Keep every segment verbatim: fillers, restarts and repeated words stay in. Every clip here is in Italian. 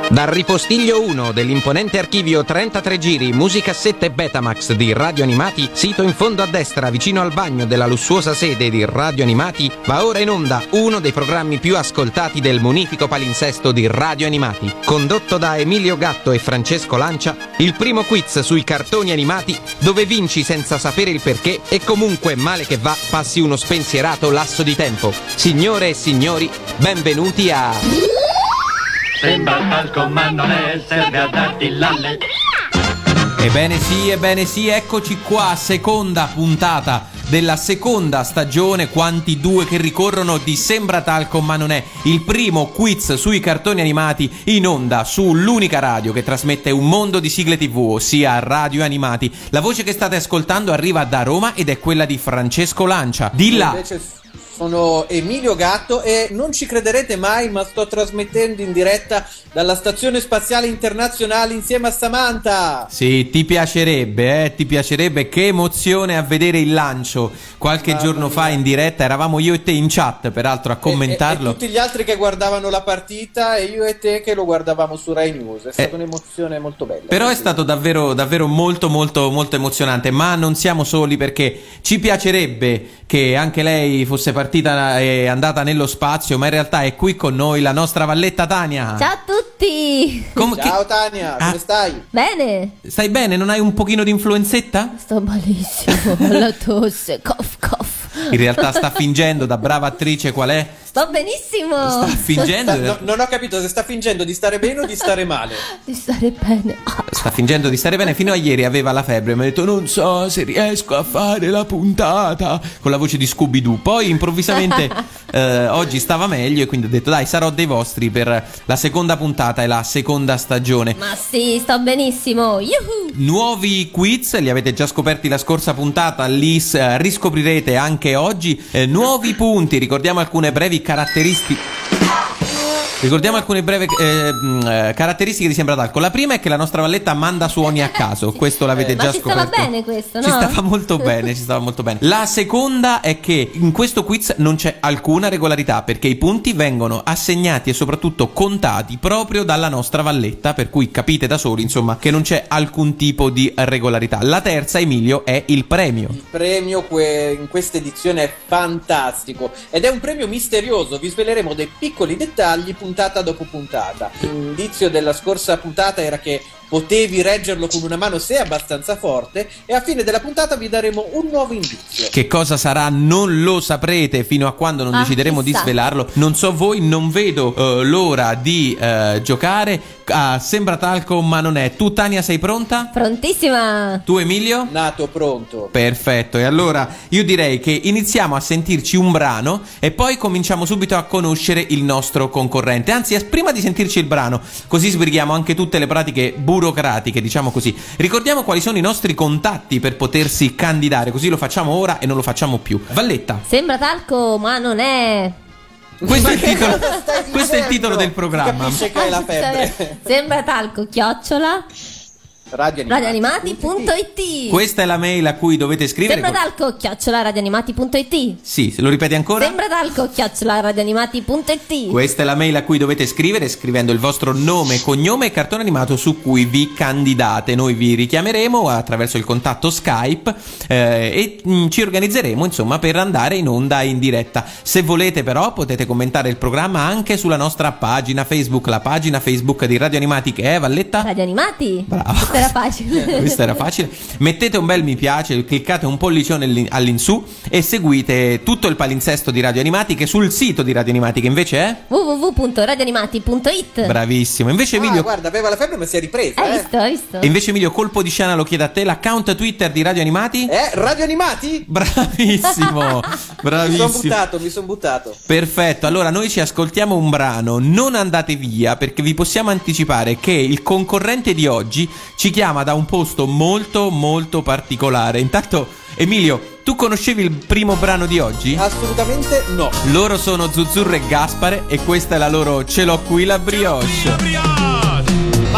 Dal ripostiglio uno dell'imponente archivio trentatré giri, musicassette e Betamax di Radio Animati, sito in fondo a destra vicino al bagno della lussuosa sede di Radio Animati, va ora in onda uno dei programmi più ascoltati del munifico palinsesto di Radio Animati. Condotto da Emilio Gatto e Francesco Lancia, il primo quiz sui cartoni animati dove vinci senza sapere il perché e comunque male che va passi uno spensierato lasso di tempo. Signore e signori, benvenuti a... Sembra talco ma non è, serve a darti l'alle. Ebbene sì, ebbene sì, eccoci qua, seconda puntata della seconda stagione, quanti due che ricorrono, di Sembra talco ma non è, il primo quiz sui cartoni animati in onda sull'unica radio che trasmette un mondo di sigle tv, ossia Radio Animati. La voce che state ascoltando arriva da Roma ed è quella di Francesco Lancia. Di là. Invece sono Emilio Gatto e non ci crederete mai, ma sto trasmettendo in diretta dalla Stazione Spaziale Internazionale insieme a Samantha. Sì, ti piacerebbe, eh, ti piacerebbe. Che emozione a vedere il lancio qualche Mamma giorno mia. fa in diretta. Eravamo io e te in chat, peraltro, a commentarlo. E, e, e tutti gli altri che guardavano la partita e io e te che lo guardavamo su Rai News. È stata eh, un'emozione molto bella. Però è stato davvero, davvero molto, molto, molto emozionante. Ma non siamo soli, perché ci piacerebbe che anche lei fosse partita e andata nello spazio, ma in realtà è qui con noi la nostra Valletta Tania. Ciao a tutti. Com- Ciao Tania, come ah, stai? Bene. Stai bene? Non hai un pochino di influenzetta? Sto malissimo, la tosse, cough cough. In realtà sta fingendo, da brava attrice qual è? Sto benissimo. Sta fingendo. Sta, no, non ho capito se sta fingendo di stare bene o di stare male. Di stare bene. Sta fingendo di stare bene. Fino a ieri aveva la febbre. Mi ha detto non so se riesco a fare la puntata, con la voce di Scooby-Doo. Poi improvvisamente eh, oggi stava meglio e quindi ho detto dai, sarò dei vostri per la seconda puntata e la seconda stagione. Ma sì, sto benissimo. Yuhu. Nuovi quiz, li avete già scoperti la scorsa puntata, li eh, riscoprirete anche oggi. eh, Nuovi punti, ricordiamo alcune brevi caratteristiche. Ricordiamo alcune brevi eh, caratteristiche di Sembra talco. La prima è che la nostra Valletta manda suoni a caso. Questo l'avete eh, già scoperto. Ma ci stava bene questo, no? Ci stava molto bene, ci stava molto bene. La seconda è che in questo quiz non c'è alcuna regolarità, perché i punti vengono assegnati e soprattutto contati proprio dalla nostra Valletta, per cui capite da soli, insomma, che non c'è alcun tipo di regolarità. La terza, Emilio, è il premio. Il premio que- in questa edizione è fantastico ed è un premio misterioso. Vi sveleremo dei piccoli dettagli puntata dopo puntata. L'indizio della scorsa puntata era che potevi reggerlo con una mano se abbastanza forte, e a fine della puntata vi daremo un nuovo indizio. Che cosa sarà non lo saprete fino a quando non ah, decideremo chissà. di svelarlo. Non so voi, non vedo uh, l'ora di uh, giocare a Sembra talco ma non è. Tu Tania sei pronta? Prontissima. Tu Emilio? Nato pronto. Perfetto, e allora io direi che iniziamo a sentirci un brano e poi cominciamo subito a conoscere il nostro concorrente. Anzi, prima di sentirci il brano, così sbrighiamo anche tutte le pratiche burocratiche, diciamo così. Ricordiamo quali sono i nostri contatti per potersi candidare, così lo facciamo ora e non lo facciamo più. Valletta. Sembra talco ma non è. Questo è il titolo, questo è il titolo del programma. Capisce che è la febbre. Sembra talco chiocciola radioanimati punto it. Questa è la mail a cui dovete scrivere. Sembra talco chiocciola radioanimati punto it. Sì, se lo ripeti ancora. Sembra talco chiocciola radioanimati punto it. Questa è la mail a cui dovete scrivere, scrivendo il vostro nome, cognome e cartone animato su cui vi candidate. Noi vi richiameremo attraverso il contatto Skype eh, e mh, ci organizzeremo, insomma, per andare in onda in diretta. Se volete però potete commentare il programma anche sulla nostra pagina Facebook, la pagina Facebook di Radio Animati, che è Valletta? Radio Animati. Bravo. Era facile. Questa era facile. Mettete un bel mi piace, cliccate un pollicione all'insù e seguite tutto il palinsesto di Radio Animati, che sul sito di Radio Animati, che invece è w w w punto radioanimati punto it. Bravissimo. Invece Emilio, ah, guarda, aveva la febbre ma si è ripresa. Hai eh? visto, hai visto? E invece Emilio, colpo di scena lo chiedo a te, l'account Twitter di Radio Animati? Eh, Radio Animati? Bravissimo. Bravissimo. Mi sono buttato, mi sono buttato. Perfetto. Allora noi ci ascoltiamo un brano. Non andate via, perché vi possiamo anticipare che il concorrente di oggi ci chiama da un posto molto molto particolare. Intanto Emilio, tu conoscevi il primo brano di oggi? Assolutamente no. Loro sono Zuzzurro e Gaspare e questa è la loro Ce l'ho qui la brioche. Palu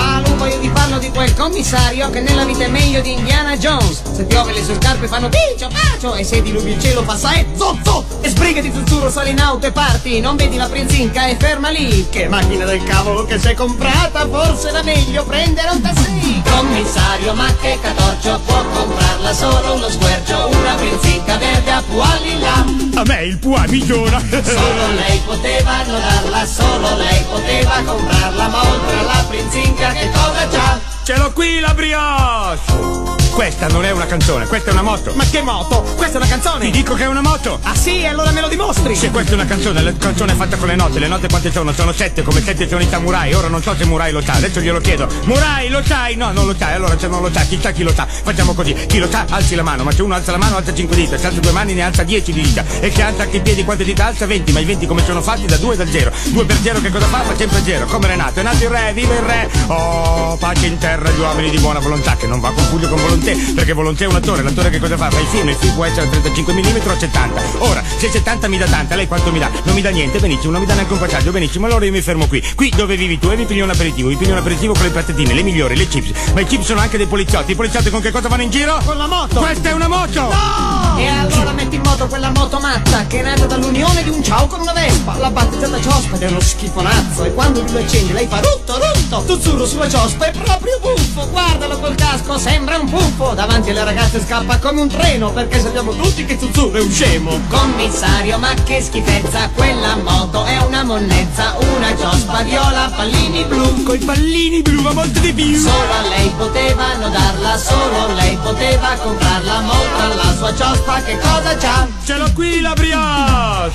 voglio di farlo di quel commissario che nella vita è meglio di Indiana Jones. Se piove le sue scarpe fanno pincio, bacio, e se diluvia il cielo passa e zozzo. E sbrigati Zuzzurro, sali in auto e parti, non vedi la prinzinca e ferma lì. Che macchina del cavolo che sei comprata, forse era meglio prendere un taxi. Commissario, ma che catorcio, può comprarla solo uno squercio, una prinzinca verde a puali là. A me il puà migliora. Solo lei poteva annodarla, solo lei poteva comprarla, ma oltre alla prinzinca che cosa c'ha? Ce l'ho qui la brioche! Questa non è una canzone, questa è una moto. Ma che moto? Questa è una canzone! Ti dico che è una moto! Ah sì, allora me lo dimostri! Se questa è una canzone, la canzone è fatta con le note. Le note quante sono? Sono sette, come sette sono i samurai. Ora non so se Murai lo sa, adesso glielo chiedo. Murai, lo sai? No, non lo sai. Allora se non lo sa, chi sa chi lo sa? Facciamo così, chi lo sa alzi la mano. Ma se uno alza la mano alza cinque dita, se alza due mani ne alza dieci di dita. E se alza anche i piedi quante dita alza? venti. Ma i venti come sono fatti? Da due e da zero. due per zero che cosa fa? Fa sempre zero. Come è nato? È nato il re, viva il re! Oh, pace in terra gli uomini di buona volontà, che non va a confuglio con volontà, perché volontà è un attore, l'attore che cosa fa? Fa il film, il film può essere a trentacinque millimetri o settanta. Ora, se settanta mi dà tanta, lei quanto mi dà? Non mi dà niente, benissimo, non mi dà neanche un passaggio, benissimo, allora io mi fermo qui. Qui dove vivi tu e mi pigli un aperitivo, mi pigli un aperitivo con le patatine, le migliori, le chips. Ma i chips sono anche dei poliziotti, i poliziotti con che cosa vanno in giro? Con la moto! Questa è una moto! No! E allora metti in moto quella moto matta che è nata dall'unione di un ciao con una vespa. La battezzata ciospa ed è uno schifonazzo, e quando lui lo accende lei fa rutto rutto. Zuzzurro sulla ciospa è proprio buffo, guardalo col casco, sembra un puffo. Davanti alle ragazze scappa come un treno, perché sappiamo tutti che Zuzzurro è un scemo. Commissario, ma che schifezza, quella moto è una monnezza, una ciospa viola, pallini blu. Coi pallini blu, ma molto di più. Solo a lei potevano darla, solo lei poteva comprarla, molto alla sua ciospa che cosa c'ha? Ce l'ho qui la brioche!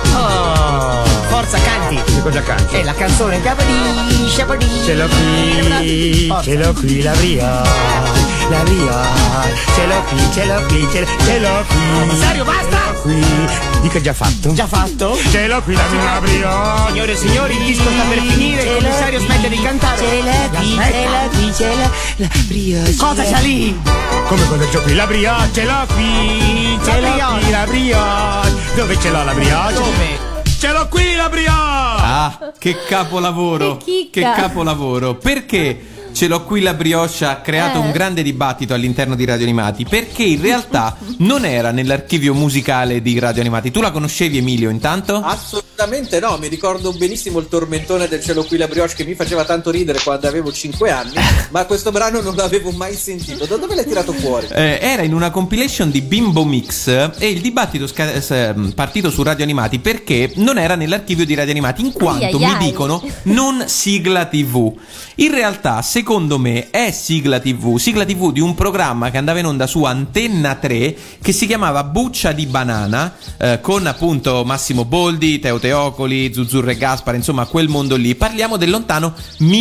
Oh, forza canti! Che cosa canti? È la canzone Shabadì, Shabadì. Ce l'ho qui, ce l'ho qui la brioche, la brioche, ce l'ho qui, ce l'ho qui, ce l'ho, ce l'ho qui. Commissario, basta! Ce l'ho qui. Dica già fatto? Già fatto? Ce l'ho qui la mia brioche. Signore e signori, il disco sta per finire, il commissario smette di cantare. Ce l'ha qui, ce l'ha qui, ce l'ha la brioche. Cosa c'ha lì? Come cosa c'ho qui? La brioche, ce l'ho qui, ce l'ho qui la brioche. Dove ce l'ho la brioche? Dove? Ce l'ho qui la brioche! Ah, che capolavoro! Che chicca. Che capolavoro! Perché ce l'ho qui la brioche ha creato Eh. un grande dibattito all'interno di Radio Animati? Perché in realtà non era nell'archivio musicale di Radio Animati. Tu la conoscevi, Emilio, intanto? Assolutamente no, mi ricordo benissimo il tormentone del Cielo qui la brioche che mi faceva tanto ridere quando avevo cinque anni, ma questo brano non l'avevo mai sentito. Da dove l'hai tirato fuori? Eh, era in una compilation di Bimbo Mix e il dibattito sca- s- partito su Radio Animati perché non era nell'archivio di Radio Animati, in quanto Ai, ai, mi ai. dicono non sigla tivù. In realtà, secondo me, è sigla tivù, sigla tivù di un programma che andava in onda su Antenna tre che si chiamava Buccia di Banana, eh, con appunto Massimo Boldi, Teo Teocoli, Zuzzurro e Gaspar, insomma quel mondo lì. Parliamo del lontano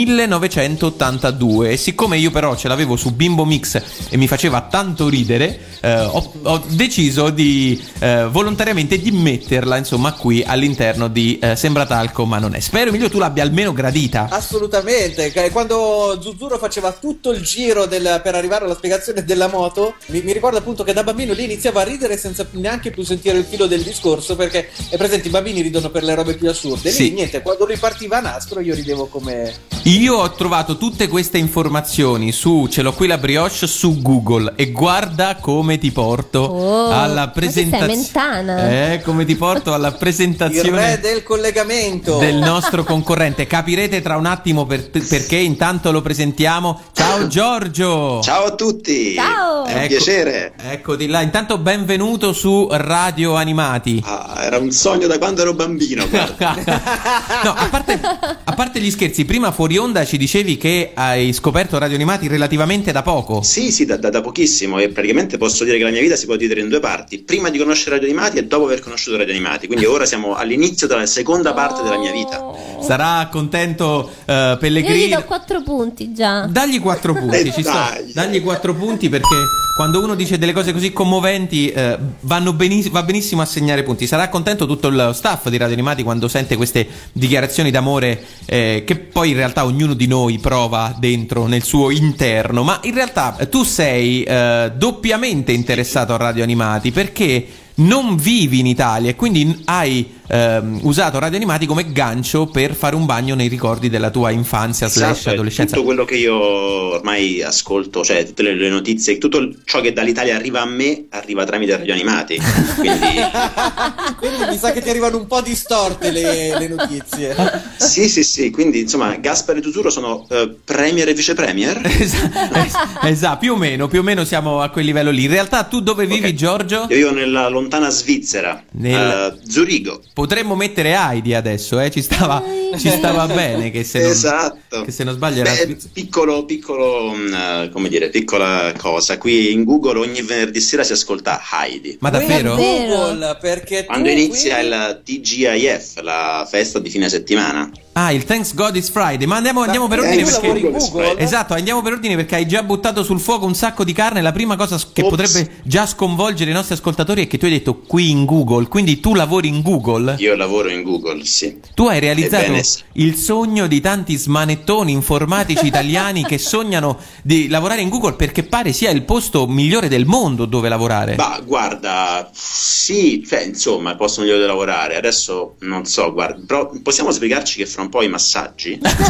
millenovecentottantadue e siccome io però ce l'avevo su Bimbo Mix e mi faceva tanto ridere, eh, ho, ho deciso di eh, volontariamente di metterla insomma qui all'interno di eh, Sembra Talco ma non è. Spero, Emilio, tu l'abbia almeno gradita. Assolutamente, che quando Zuzzurro faceva tutto il giro del, per arrivare alla spiegazione della moto, mi, mi ricordo appunto che da bambino lì iniziava a ridere senza neanche più sentire il filo del discorso, perché è presente, i bambini ridono per le robe più assurde. Sì. Lì niente, quando lui partiva a nastro io ridevo come... Io ho trovato tutte queste informazioni su Ce l'ho qui la brioche su Google e guarda come ti porto Oh, alla ma che sei presentazione. mentana? Eh, come ti porto alla Il presentazione re del collegamento. del nostro concorrente. Capirete tra un attimo per- perché intanto lo presentiamo. Ciao Giorgio. Ciao a tutti! Ciao. È un Ecco- piacere! Eccoti là. Intanto benvenuto su Radio Animati. Ah, era un sogno da quando ero bambino, guarda. No, a parte, a parte gli scherzi, prima fuori onda ci dicevi che hai scoperto Radio Animati relativamente da poco. Sì, sì, da, da, da pochissimo, e praticamente posso dire che la mia vita si può dividere in due parti: prima di conoscere Radio Animati e dopo aver conosciuto Radio Animati. Quindi ora siamo all'inizio della seconda parte della mia vita. Sarà contento eh, Io gli Pellegrini. do quattro punti già. Dagli quattro punti, Eh, ci sto. dai. Dagli quattro punti perché quando uno dice delle cose così commoventi eh, vanno beniss- va benissimo a segnare punti. Sarà contento tutto il staff di Radio Animati quando sente queste dichiarazioni d'amore eh, che poi in realtà ognuno di noi prova dentro nel suo interno. Ma in realtà eh, tu sei eh, doppiamente interessato a Radio Animati perché non vivi in Italia e quindi hai ehm, usato Radio Animati come gancio per fare un bagno nei ricordi della tua infanzia slash Esatto, adolescenza. tutto quello che io ormai ascolto, cioè tutte le, le notizie, tutto ciò che dall'Italia arriva a me arriva tramite Radio Animati. Quindi Quindi mi sa che ti arrivano un po' distorte le, le notizie. sì, sì, sì, quindi insomma Gaspare e Tuturo sono eh, premier e vice premier. Esatto, esatto, più o meno, più o meno siamo a quel livello lì. In realtà tu dove vivi, Ok. Giorgio? Io vivo nella lontana Svizzera, Nel- a Zurigo. Potremmo mettere Heidi adesso, eh? Ci stava, ci stava bene che se non, Esatto. che se non sbaglio era Beh, piccolo, piccolo, mh, come dire, piccola cosa. Qui in Google ogni venerdì sera si ascolta Heidi. Ma davvero? Davvero? Google, perché Quando tu inizia qui- il T G I F, la festa di fine settimana. Ah, il Thanks God It's Friday. Ma andiamo, andiamo per Eh, ordine tu perché lavori in Google? esatto, andiamo per ordine perché hai già buttato sul fuoco un sacco di carne. La prima cosa che Ops. potrebbe già sconvolgere i nostri ascoltatori è che tu hai detto qui in Google, quindi tu lavori in Google. Io lavoro in Google, sì. Tu hai realizzato Ebbene sì. il sogno di tanti smanettoni informatici italiani che sognano di lavorare in Google perché pare sia il posto migliore del mondo dove lavorare. Ma guarda, sì, cioè, insomma, possono io lavorare. Adesso non so, guarda, però possiamo spiegarci che fra un po' i massaggi?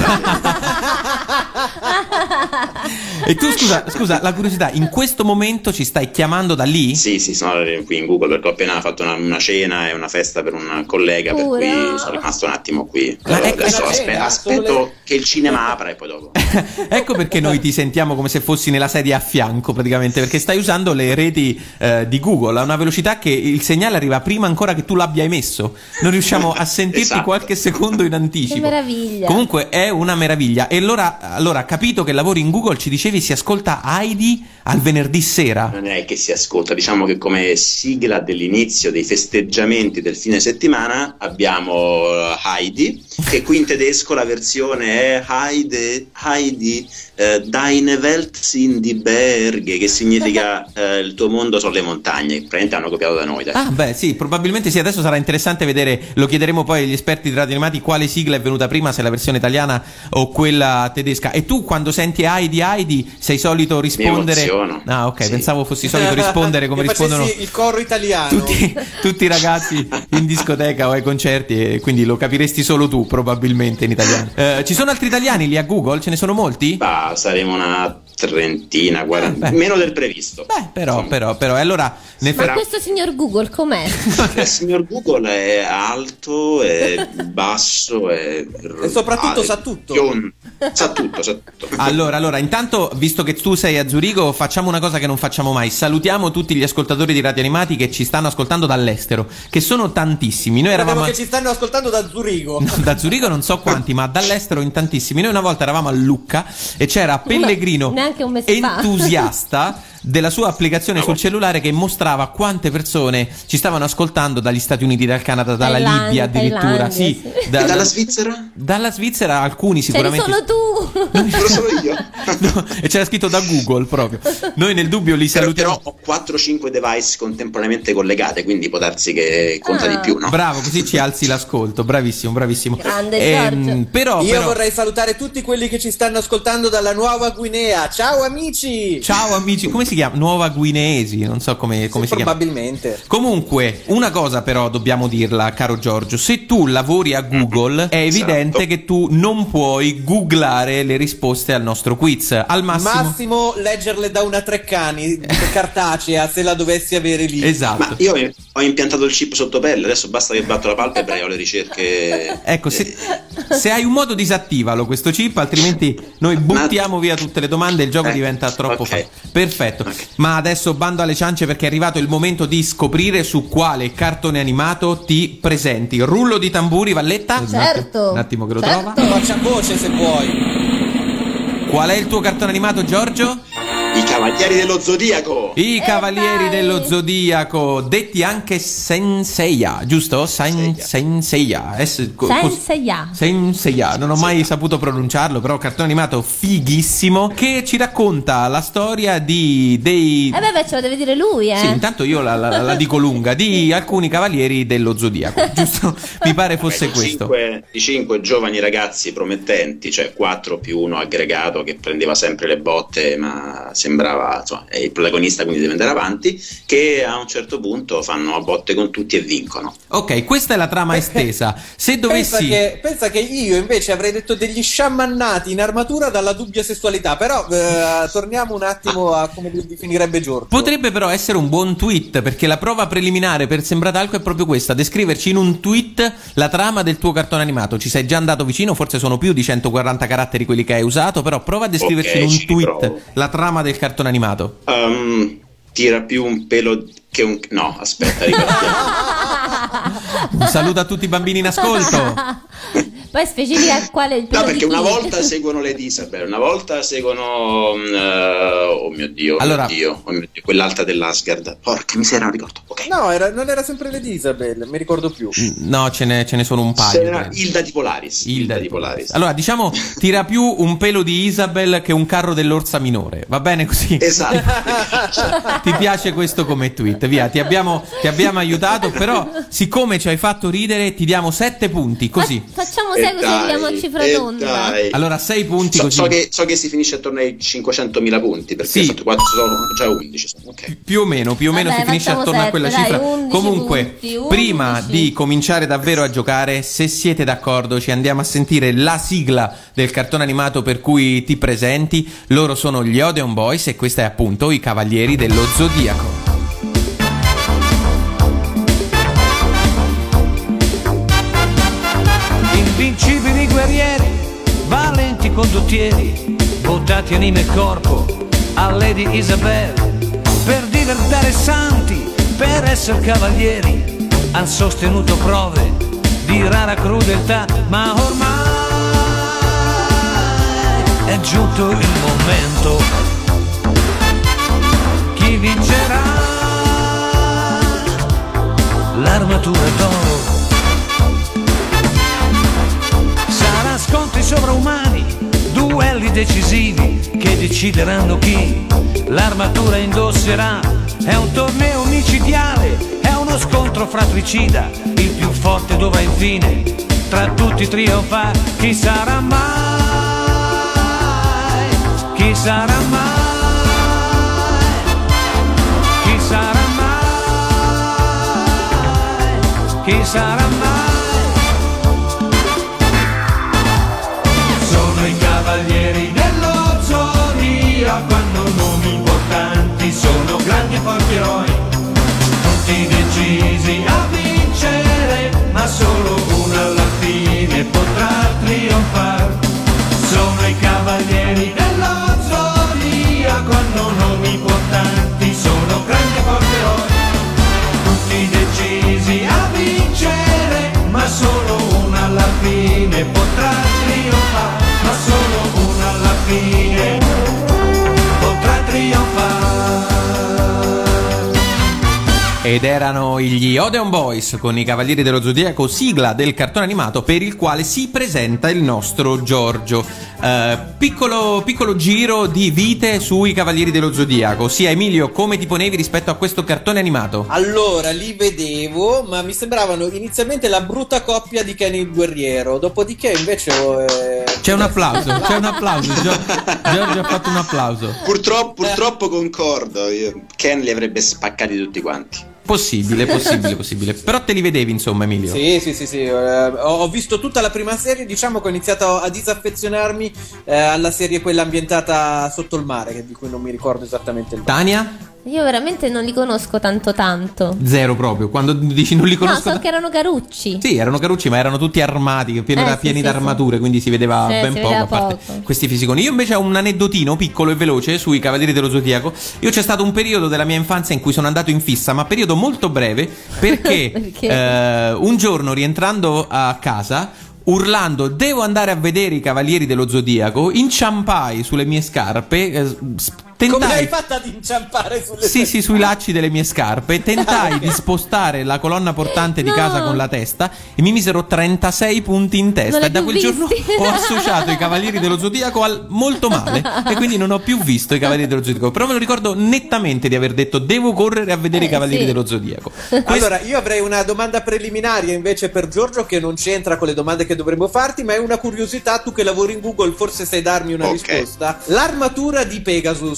E tu scusa, scusa, la curiosità, in questo momento ci stai chiamando da lì? Sì, sì, sono qui in Google perché ho appena fatto una, una cena e una festa per un collega, per cui Ura. sono rimasto un attimo qui. Ma Allora, ecco- adesso Una aspe- cena, aspetto solo le- che il cinema apra e poi dopo. Ecco perché noi ti sentiamo come se fossi nella sedia a fianco praticamente, perché stai usando le reti eh, di Google a una velocità che il segnale arriva prima ancora che tu l'abbia emesso. Non riusciamo a sentirti Esatto. qualche secondo in anticipo. Che meraviglia. Comunque è una meraviglia. E allora, allora, capito che lavori in Google, ci dicevi si ascolta Heidi al venerdì sera. Non è che si ascolta, diciamo che come sigla dell'inizio dei festeggiamenti del fine settimana abbiamo Heidi, che qui in tedesco la versione è Heide, Heidi, eh, Deine Welt sind die Berge, che significa eh, il tuo mondo sono le montagne. Praticamente hanno copiato da noi. Dai. Ah, beh, sì, probabilmente sì. Adesso sarà interessante vedere, lo chiederemo poi agli esperti di Radio Animati, quale sigla è venuta prima, se la versione italiana o quella tedesca. E tu quando senti Heidi Heidi sei solito rispondere? emoziono. Ah, ok, Sì. pensavo fossi solito rispondere come Che facessi rispondono il coro italiano. tutti, tutti i ragazzi in discoteca o ai concerti, e quindi lo capiresti solo tu probabilmente in italiano. Eh, ci sono altri italiani lì a Google? Ce ne sono molti? Bah, saremo una trentina, quaranta, Eh, beh. meno del previsto. Beh, però, Insomma. però, però, e allora nel Ma Spera- questo signor Google com'è? Il signor Google è alto, è basso, è E soprattutto ah, sa tutto. pion- Sa tutto, sa tutto. Allora, allora, intanto, visto che tu sei a Zurigo, facciamo una cosa che non facciamo mai. Salutiamo tutti gli ascoltatori di Radio Animati che ci stanno ascoltando dall'estero, che sono tantissimi. Noi Sapevo eravamo che ci stanno ascoltando da Zurigo. No, da Zurigo non so quanti, ma dall'estero in tantissimi. Noi una volta eravamo a Lucca e c'era Pellegrino, neanche un mese fa. entusiasta della sua applicazione sul cellulare, che mostrava quante persone ci stavano ascoltando dagli Stati Uniti, dal Canada, dalla Thailandia, Libia addirittura. Thailandia, Sì, sì. da- E dalla Svizzera? dalla Svizzera alcuni C'eri sicuramente. solo tu. Lo so io. No, e c'era scritto da Google proprio. Noi nel dubbio li Però, salutiamo. però ho quattro cinque device contemporaneamente collegate, quindi può darsi che conta di più, no? Bravo, così ci alzi l'ascolto. Bravissimo, bravissimo. Grande Ehm, Giorgio. però, Io però- vorrei salutare tutti quelli che ci stanno ascoltando dalla Nuova Guinea. Ciao amici! Ciao amici, come si chiama? Nuova Guineesi, non so come, come Sì, si chiama. probabilmente. Comunque, una cosa però dobbiamo dirla, caro Giorgio, se tu lavori a Google è evidente Esatto. che tu non puoi googlare le risposte al nostro quiz. Al massimo... Massimo leggerle da una Treccani cartacea se la dovessi avere lì. Esatto. Ma io ho- ho impiantato il chip sotto pelle, adesso basta che batto la palpebra e ho le ricerche. Ecco, se, se hai un modo disattivalo questo chip, altrimenti noi buttiamo via tutte le domande e il gioco Eh, diventa troppo ok. facile. Perfetto. Ok. Ma adesso bando alle ciance perché è arrivato il momento di scoprire su quale cartone animato ti presenti. Rullo di tamburi, Valletta? Certo. Un attimo che lo Certo. trova. Faccia voce se vuoi. Qual è il tuo cartone animato, Giorgio? I Cavalieri dello Zodiaco! I Cavalieri dai! dello Zodiaco, detti anche Senseiya, giusto? Sen- Senseiya. Es- co- cos- Senseiya. Senseiya, non ho mai saputo pronunciarlo, però cartone animato fighissimo che ci racconta la storia di dei Eh beh, beh, ce lo deve dire lui, eh. Sì, intanto io la, la- la dico lunga, di alcuni cavalieri dello Zodiaco, giusto? Mi pare fosse Di questo. cinque, di cinque giovani ragazzi promettenti, cioè quattro più uno aggregato che prendeva sempre le botte ma si sembrava, insomma, è il protagonista, quindi deve andare avanti, che a un certo punto fanno a botte con tutti e vincono. Ok, questa è la trama estesa. Se dovessi... Pensa che, pensa che io invece avrei detto degli sciamannati in armatura dalla dubbia sessualità, però eh, torniamo un attimo a come li definirebbe Giorgio. Potrebbe però essere un buon tweet, perché la prova preliminare per Sembratalco è proprio questa: descriverci in un tweet la trama del tuo cartone animato. Ci sei già andato vicino, forse sono più di centoquaranta caratteri quelli che hai usato, però prova a descriverci Okay, in un ci tweet provo. la trama del cartone animato. Um, tira più un pelo che un... No, aspetta, ripartiamo. Un saluto a tutti i bambini in ascolto. Poi specifica qual è il pelo No, perché di chi. una volta seguono Lady Isabel, una volta seguono uh, oh mio Dio, oh Allora- mio Dio, oh mio Dio, quell'alta dell'Asgard. Porca miseria, non ricordo. Ok. No, era, non era sempre Lady Isabel, mi ricordo più. No, ce ne, ce ne sono un paio. C'era credo. Hilda di Polaris. Hilda di Polaris. Allora, diciamo, tira più un pelo di Isabel che un carro dell'orsa minore. Va bene così? Esatto. Ti piace questo come tweet? Via, ti abbiamo, ti abbiamo aiutato, però siccome ci hai fatto ridere ti diamo sette punti, così. Fa- Facciamo E sei così dai, arriviamo a cifra e tonda. dai. Allora, sei punti So, così. so che, so che si finisce attorno ai cinquecentomila punti, perché Sì. ho fatto quattro, sono già undici. sono- Ok. Più o meno, più o meno Vabbè, si finisce facciamo attorno a quella sette, dai, cifra. undici Comunque, punti, undici. prima di cominciare davvero a giocare, se siete d'accordo, ci andiamo a sentire la sigla del cartone animato per cui ti presenti. Loro sono gli Odeon Boys e questa è appunto I Cavalieri dello Zodiaco. Invincibili guerrieri, valenti condottieri, votati anima e corpo a Lady Isabel, per diventare santi, per essere cavalieri, han sostenuto prove di rara crudeltà, ma ormai è giunto il momento. Chi vincerà l'armatura d'oro? Sarà scontri sovraumani, duelli decisivi che decideranno chi l'armatura indosserà. È un torneo micidiale, è uno scontro fratricida, il più forte dovrà infine tra tutti trionfare. Chi sarà mai? Chi sarà mai? Chi sarà mai? Chi sarà mai? Sono i cavalieri dello zodiaco, hanno nomi importanti, sono grandi e forti eroi, tutti decisi a vincere, ma solo uno alla fine potrà trionfare. Sono i cavalieri dello zodiaco, hanno nomi importanti, sono grandi e forti eroi, tutti decisi a vincere, ma solo uno alla fine potrà trionfare, ma solo uno alla fine potrà trionfare. Ed erano gli Odeon Boys con I Cavalieri dello Zodiaco, sigla del cartone animato per il quale si presenta il nostro Giorgio. Eh, piccolo, piccolo giro di vite sui Cavalieri dello Zodiaco. Ossia, Emilio, come ti ponevi rispetto a questo cartone animato? Allora, li vedevo, ma mi sembravano inizialmente la brutta coppia di Kenny il guerriero. Dopodiché, invece. Eh... C'è un applauso, c'è un applauso. Gio- Giorgio ha fatto un applauso. Purtroppo, purtroppo concordo. Io- Ken li avrebbe spaccati tutti quanti. Possibile, possibile, possibile. Però te li vedevi, insomma, Emilio. Sì, sì, sì, sì. Eh, ho, ho visto tutta la prima serie. Diciamo che ho iniziato a disaffezionarmi eh, alla serie quella ambientata sotto il mare, che- di cui non mi ricordo esattamente il nome. Tania? Io veramente non li conosco tanto tanto. Zero proprio. Quando dici non li No, conosco. so che erano carucci. Sì, erano carucci, ma erano tutti armati, pieni, Eh, da- sì, pieni sì, d'armature, sì. quindi si vedeva Sì, ben si poco, vedeva a parte poco. questi fisiconi. Io invece ho un aneddotino piccolo e veloce sui Cavalieri dello Zodiaco. Io c'è stato un periodo della mia infanzia in cui sono andato in fissa, ma periodo molto breve, perché, Perché? eh, un giorno rientrando a casa, urlando devo andare a vedere i Cavalieri dello Zodiaco, inciampai sulle mie scarpe, eh, s- Come tentai... l'hai fatta ad inciampare sulle Sì, sì, sui lacci delle mie scarpe. Tentai di spostare la colonna portante di No. casa con la testa e mi misero trentasei punti in testa. Non l'hai E da più quel giorno visti? ho associato i Cavalieri dello Zodiaco al molto male. E quindi non ho più visto i Cavalieri dello Zodiaco. Però me lo ricordo nettamente di aver detto devo correre a vedere Eh, i Cavalieri sì. dello Zodiaco. Allora, io avrei una domanda preliminaria invece per Giorgio, che non c'entra con le domande che dovremmo farti, ma è una curiosità. Tu che lavori in Google, forse sai darmi una Ok. risposta. L'armatura di Pegasus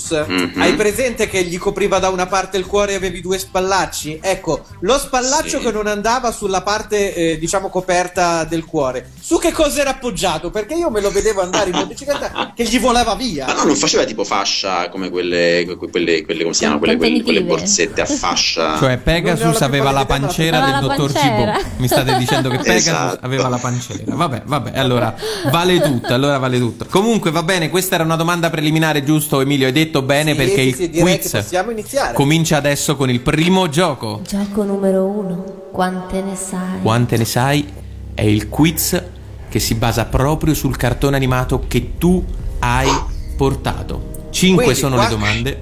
Pegasus, Mhm. hai presente che gli copriva da una parte il cuore e avevi due spallacci? Ecco, lo spallaccio Sì. che non andava sulla parte, eh, diciamo, coperta del cuore, su che cosa era appoggiato? Perché io me lo vedevo andare in motocicletta che gli volava via. Ma no, non faceva tipo fascia come quelle, que- quelle, quelle come si chiamano, quelle, quelle, quelle borsette a fascia. Cioè Pegasus Non ne ho la più aveva la pallida idea, ma pancera aveva del la dottor pancera. Gibo. Mi state dicendo che Pegasus Esatto. aveva la pancera. Vabbè, vabbè, allora vale tutto, allora vale tutto. Comunque va bene, questa era una domanda preliminare, giusto Emilio? Hai detto bene Sì, perché sì, il sì, direi quiz che possiamo iniziare. comincia adesso con il primo gioco. Gioco numero uno. Quante ne sai? Quante ne sai? È il quiz che si basa proprio sul cartone animato che tu hai portato. Cinque Quindi, sono qua- le domande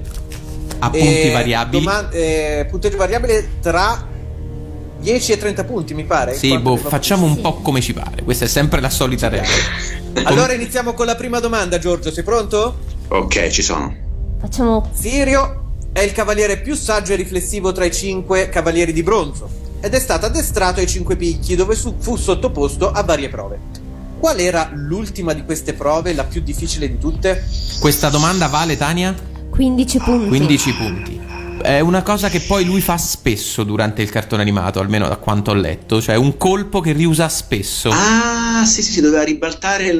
a punti Eh, variabili. doma- eh, punteggio variabile tra dieci e trenta punti, mi pare. Sì, Quanto boh, ne va- facciamo un po' come ci pare. Questa è sempre la solita regola. Allora iniziamo con la prima domanda, Giorgio, sei pronto? Ok, ci sono. Facciamo Sirio è il cavaliere più saggio e riflessivo tra i cinque cavalieri di bronzo ed è stato addestrato ai cinque picchi, dove su- fu sottoposto a varie prove. Qual era l'ultima di queste prove, la più difficile di tutte? Questa domanda vale, Tania? quindici punti. quindici punti. È una cosa che poi lui fa spesso durante il cartone animato, almeno da quanto ho letto. Cioè un colpo che riusa spesso. Ah, sì, sì, sì, doveva ribaltare il,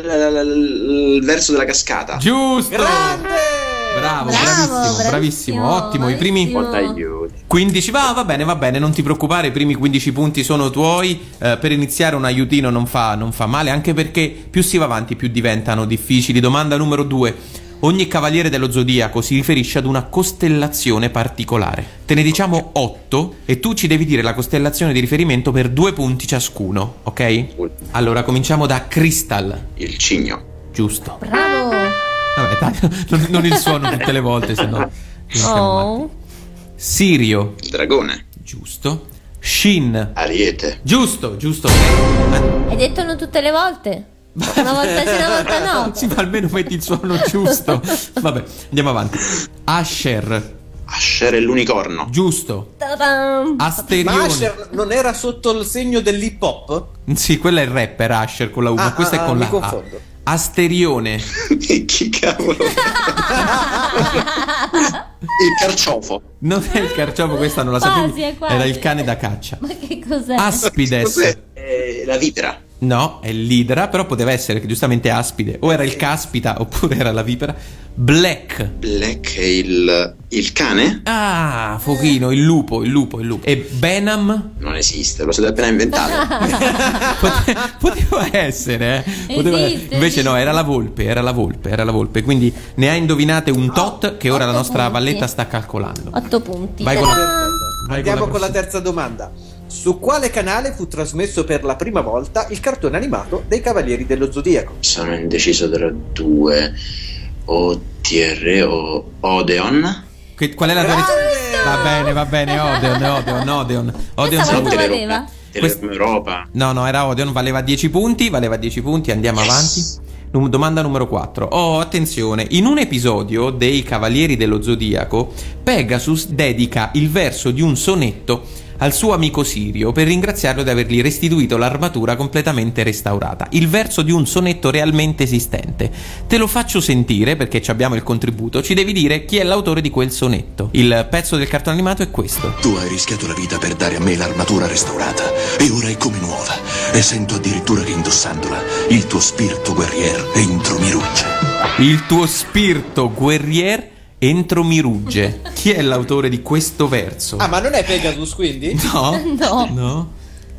il- il verso della cascata. Giusto! Grande! Bravo, Bravo, bravissimo, bravissimo, bravissimo, ottimo. I primi bravissimo. Molto aiuti. quindici, va, va bene, va bene, non ti preoccupare, i primi quindici punti sono tuoi. Eh, per iniziare un aiutino non fa, non fa male, anche perché più si va avanti più diventano difficili. Domanda numero due. Ogni cavaliere dello zodiaco si riferisce ad una costellazione particolare. Te ne diciamo otto e tu ci devi dire la costellazione di riferimento per due punti ciascuno, ok? Allora cominciamo da Crystal, Il cigno. giusto. Bravo. Vabbè, dai, non, non il suono tutte le volte, se no. Oh. Sirio, Il dragone. giusto. Shin, Ariete. giusto, giusto. ok. Hai detto non tutte le volte? Una volta sì, una volta no. Sì, ma almeno metti il suono giusto. Vabbè, andiamo avanti. Asher, Asher è l'unicorno. giusto. Ta-dam. Ma Asterione. Asher non era sotto il segno dell'hip hop? Sì, quella è il rapper Asher con la U, ma Ah, questa ah, è con mi la confondo. A. Asterione, Chi cavolo? Il carciofo. non è il carciofo, questa non la Quasi, sapevi. è quasi. Era il cane da caccia. Ma che cos'è? Aspides. Cos'è? Eh, la vipera. No, è l'idra, però poteva essere che giustamente aspide. O era il caspita, oppure era la vipera. Black. Black è il, il cane? Ah, Fochino, il lupo, il lupo, il lupo. E Benham? Non esiste, lo siete appena inventato. Pote- poteva essere, eh. Poteva- Esiste, Invece no, esiste. era la volpe, era la volpe, era la volpe. Quindi ne ha indovinate un tot che ora la otto nostra punti. valletta sta calcolando. Otto punti. Vai con la- Ta-dam. Vai Andiamo con con la la terza domanda. Su quale canale fu trasmesso per la prima volta il cartone animato dei Cavalieri dello Zodiaco? Sono indeciso tra due. O T R o Odeon. Che- qual è la tua Grande! risposta? Va bene, va bene, Odeon, Odeon, Odeon. Odeon Questa sei- quanto valeva? Telecom Europa. No, no, era Odeon, valeva dieci punti, valeva dieci punti, andiamo Yes. avanti. Num- Domanda numero quattro. Oh, attenzione, in un episodio dei Cavalieri dello Zodiaco, Pegasus dedica il verso di un sonetto al suo amico Sirio per ringraziarlo di avergli restituito l'armatura completamente restaurata. Il verso di un sonetto realmente esistente. Te lo faccio sentire perché ci abbiamo il contributo, ci devi dire chi è l'autore di quel sonetto. Il pezzo del cartone animato è questo. Tu hai rischiato la vita per dare a me l'armatura restaurata e ora è come nuova e sento addirittura che indossandola il tuo spirito guerrier entro mi rugge. Il tuo spirito guerrier entro mi rugge. Chi è l'autore di questo verso? Ah, ma non è Pegasus quindi? No? No. No?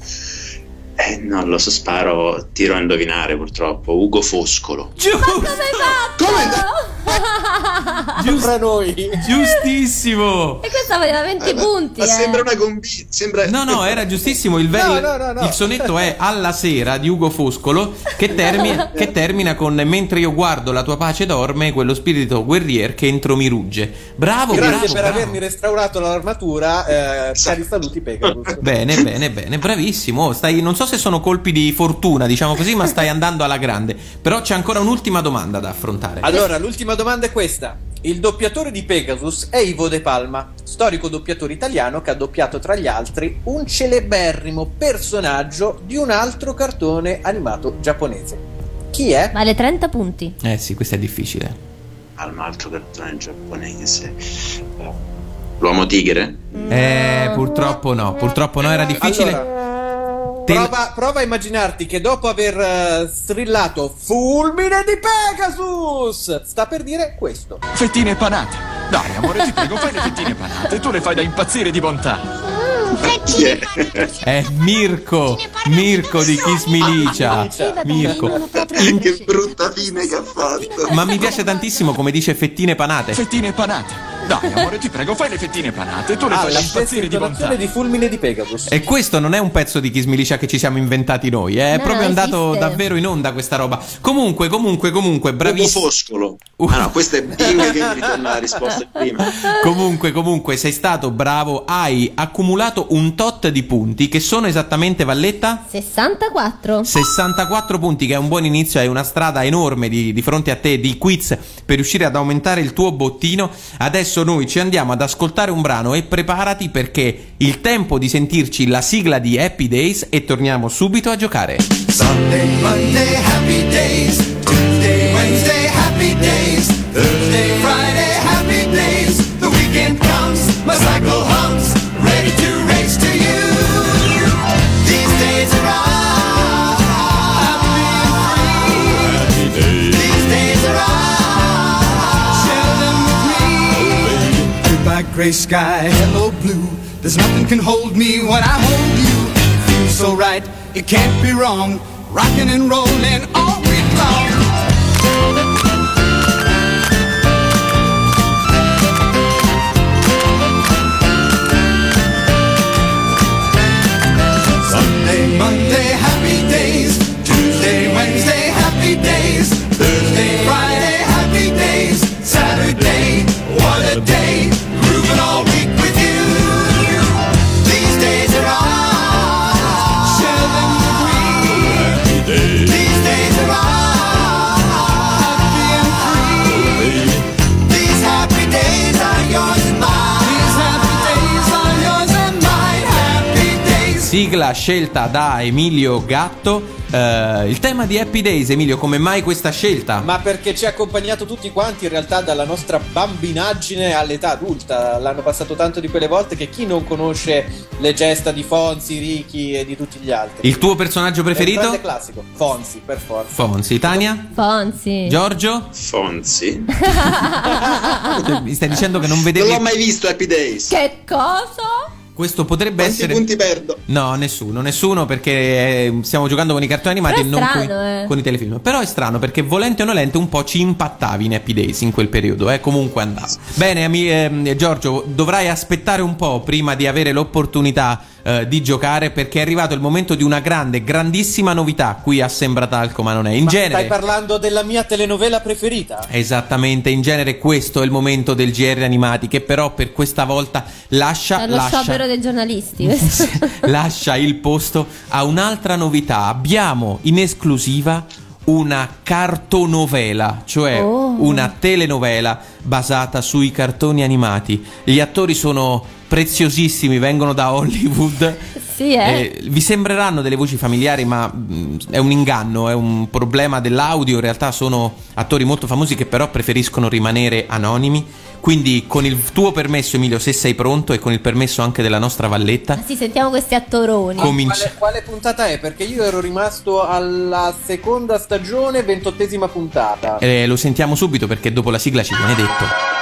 Eh, non lo so, sparo, tiro a indovinare purtroppo. Ugo Foscolo. Giusto! Come hai fatto? Giust- Fra noi. giustissimo! E questa valeva venti punti. Ma eh. sembra una combi. Sembra... No, no, era giustissimo. Il, ve- No, il- no, no, no. il sonetto è Alla sera di Ugo Foscolo che termina, che termina con mentre io guardo la tua pace dorme, quello spirito guerrier che entro mi rugge. Bravo, Grazie bravo, per bravo. avermi restaurato l'armatura, eh, cari saluti Pegasus. Bene, bene, bene, bravissimo. Stai, non so se sono colpi di fortuna, diciamo così, ma stai andando alla grande. Però c'è ancora un'ultima domanda da affrontare. Allora, l'ultima domanda è questa. Il doppiatore di Pegasus è Ivo De Palma, storico doppiatore italiano che ha doppiato tra gli altri un celeberrimo personaggio di un altro cartone animato giapponese. Chi è? Vale trenta punti. Eh sì, questo è difficile. al altro cartone giapponese. L'uomo tigre? Eh, purtroppo no, purtroppo no, era difficile. Allora, prova, prova a immaginarti che dopo aver uh, strillato fulmine di Pegasus sta per dire questo. Fettine panate. Dai, amore, ti prego, fai le fettine panate. Tu le fai da impazzire di bontà. È Mirko, Mirko di Kiss Milicia. Mirko. Che brutta fine che ha fatto. Ma mi piace tantissimo come dice fettine panate. Fettine panate. Dai, amore, ti prego, fai le fettine panate. Tu le Ah, fai da la stessa impazzire di bontà. intonazione di fulmine di Pegasus. E questo non è un pezzo di Kiss Milicia che ci siamo inventati noi, è No, proprio andato esiste. davvero in onda questa roba. Comunque, comunque, comunque, Ugo bravissimo. Foscolo. Ah no, questa è Bing che mi ritorna la risposta prima. Comunque, comunque, sei stato bravo, hai accumulato un tot di punti che sono esattamente, Valletta? sessantaquattro. sessantaquattro punti, che è un buon inizio, hai una strada enorme di, di fronte a te di quiz per riuscire ad aumentare il tuo bottino. Adesso noi ci andiamo ad ascoltare un brano e preparati perché il tempo di sentirci la sigla di Happy Days e torniamo subito a giocare. Sunday, Monday, happy days. Tuesday, Wednesday, happy days. Thursday, Friday, happy days. The weekend comes, my cycle hums, ready to race to you. These days are all happy and free. These days are all, share them with me. Goodbye gray sky, hello blue. There's nothing can hold me when I hold you. It feels so right, it can't be wrong. Rocking and rolling all week long. Sunday, Monday, happy days. Tuesday, Wednesday, happy days. Thursday, Friday, happy days. Saturday, what a day. Grooving all week with you. These days are all, share them with me. These days are all happy and free. These happy days are yours and mine. These happy days are yours and mine. Happy days. Sigla scelta da Emilio Gatto. Eh, il tema di Happy Days, Emilio, come mai questa scelta? Ma perché ci ha accompagnato tutti quanti in realtà dalla nostra bambinaggine all'età adulta. L'hanno passato tanto di quelle volte che chi non conosce le gesta di Fonzi, Ricky e di tutti gli altri. Il tuo personaggio È un preferito? grande classico. Fonzi, per forza. Fonzi. Tania? Fonzi. Giorgio? Fonzi. Cioè, mi stai dicendo che non Non vedevi? l'ho mai visto Happy Days. Che cosa? Questo potrebbe Quanti essere. punti perdo? No, nessuno, nessuno perché eh, stiamo giocando con i cartoni animati Però e è non strano, con, eh. con i telefilm. Però è strano perché volente o nolente un po' ci impattavi in Happy Days in quel periodo, eh, comunque andava. Bene, ami- eh, Giorgio, dovrai aspettare un po' prima di avere l'opportunità eh, di giocare perché è arrivato il momento di una grande, grandissima novità qui a Sembra Talco ma non è. In Ma genere stai parlando della mia telenovela preferita? Esattamente, in genere questo è il momento del G R animati che però per questa volta lascia È lo lascia sciopero dei giornalisti. lascia il posto a un'altra novità. Abbiamo in esclusiva una cartonovela, cioè Oh. una telenovela basata sui cartoni animati. Gli attori sono preziosissimi, vengono da Hollywood. Sì, eh. Eh, vi sembreranno delle voci familiari, ma mh, è un inganno, è un problema dell'audio. In realtà sono attori molto famosi che però preferiscono rimanere anonimi. Quindi con il tuo permesso, Emilio, se sei pronto e con il permesso anche della nostra Valletta, Ah, sì, sentiamo questi attoroni. cominci- Quale, quale puntata è? Perché io ero rimasto alla seconda stagione, ventottesima puntata. eh, lo sentiamo subito perché dopo la sigla ci viene detto.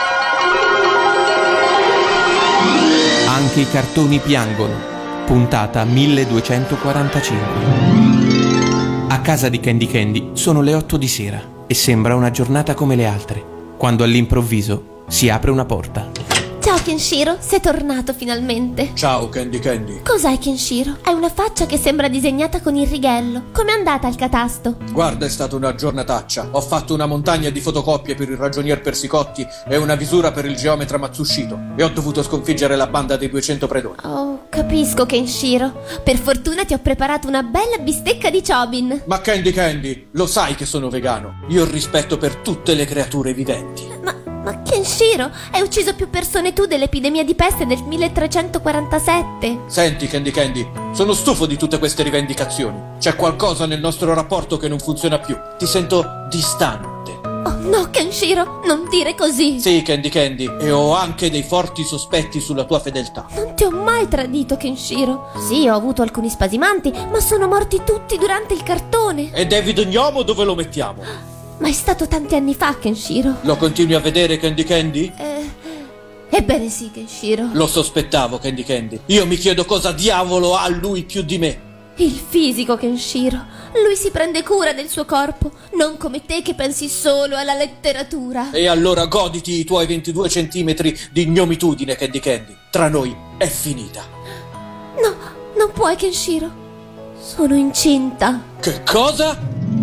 Anche i cartoni piangono. Puntata milleduecentoquarantacinque. A casa di Candy Candy sono le otto di sera e sembra una giornata come le altre, quando all'improvviso si apre una porta. Ciao Kenshiro, sei tornato finalmente. Ciao Candy Candy. Cos'hai Kenshiro? Hai una faccia che sembra disegnata con il righello. Com'è andata al catasto? Guarda, è stata una giornataccia. Ho fatto una montagna di fotocopie per il ragionier Persicotti e una visura per il geometra Matsushito. E ho dovuto sconfiggere la banda dei duecento predoni. Oh, capisco Kenshiro. Per fortuna ti ho preparato una bella bistecca di Chobin. Ma Candy Candy, lo sai che sono vegano. Io ho rispetto per tutte le creature viventi. Ma, ma Kenshiro, hai ucciso più persone tu dell'epidemia di peste del milletrecentoquarantasette. Senti Candy Candy, sono stufo di tutte queste rivendicazioni. C'è qualcosa nel nostro rapporto che non funziona più. Ti sento distante. Oh no, Kenshiro, non dire così. Sì, Candy Candy, e ho anche dei forti sospetti sulla tua fedeltà. Non ti ho mai tradito, Kenshiro. Sì, ho avuto alcuni spasimanti, ma sono morti tutti durante il cartone. E David Gnomo dove lo mettiamo? Ma è stato tanti anni fa, Kenshiro. Lo continui a vedere, Candy Candy? Eh, ebbene sì, Kenshiro. Lo sospettavo, Candy Candy. Io mi chiedo cosa diavolo ha lui più di me. Il fisico, Kenshiro. Lui si prende cura del suo corpo, non come te che pensi solo alla letteratura. E allora goditi i tuoi ventidue centimetri di gnomitudine, Candy Candy. Tra noi è finita. No, non puoi, Kenshiro. Sono incinta. Che cosa?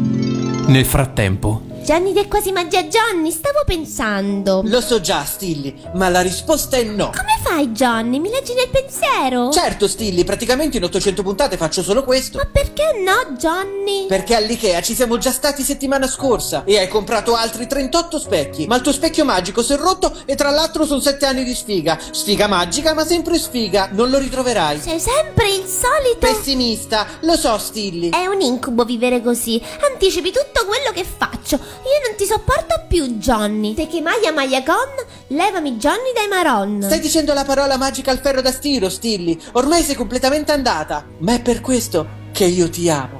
Nel frattempo, Gianni è quasi magia Johnny, stavo pensando. Lo so già, Stilly, ma la risposta è no. Come fai, Johnny? Mi leggi nel pensiero? Certo, Stilly, praticamente in ottocento puntate faccio solo questo. Ma perché no, Johnny? Perché all'Ikea ci siamo già stati settimana scorsa e hai comprato altri trentotto specchi. Ma il tuo specchio magico si è rotto e tra l'altro sono sette anni di sfiga. Sfiga magica, ma sempre sfiga. Non lo ritroverai. Sei sempre il solito pessimista. Lo so, Stilly. È un incubo vivere così. Anticipi tutto quello che faccio. Io non ti sopporto più, Johnny. Te che Maya Maya con, levami Johnny dai Maron. Stai dicendo la parola magica al ferro da stiro, Stilly. Ormai sei completamente andata. Ma è per questo che io ti amo.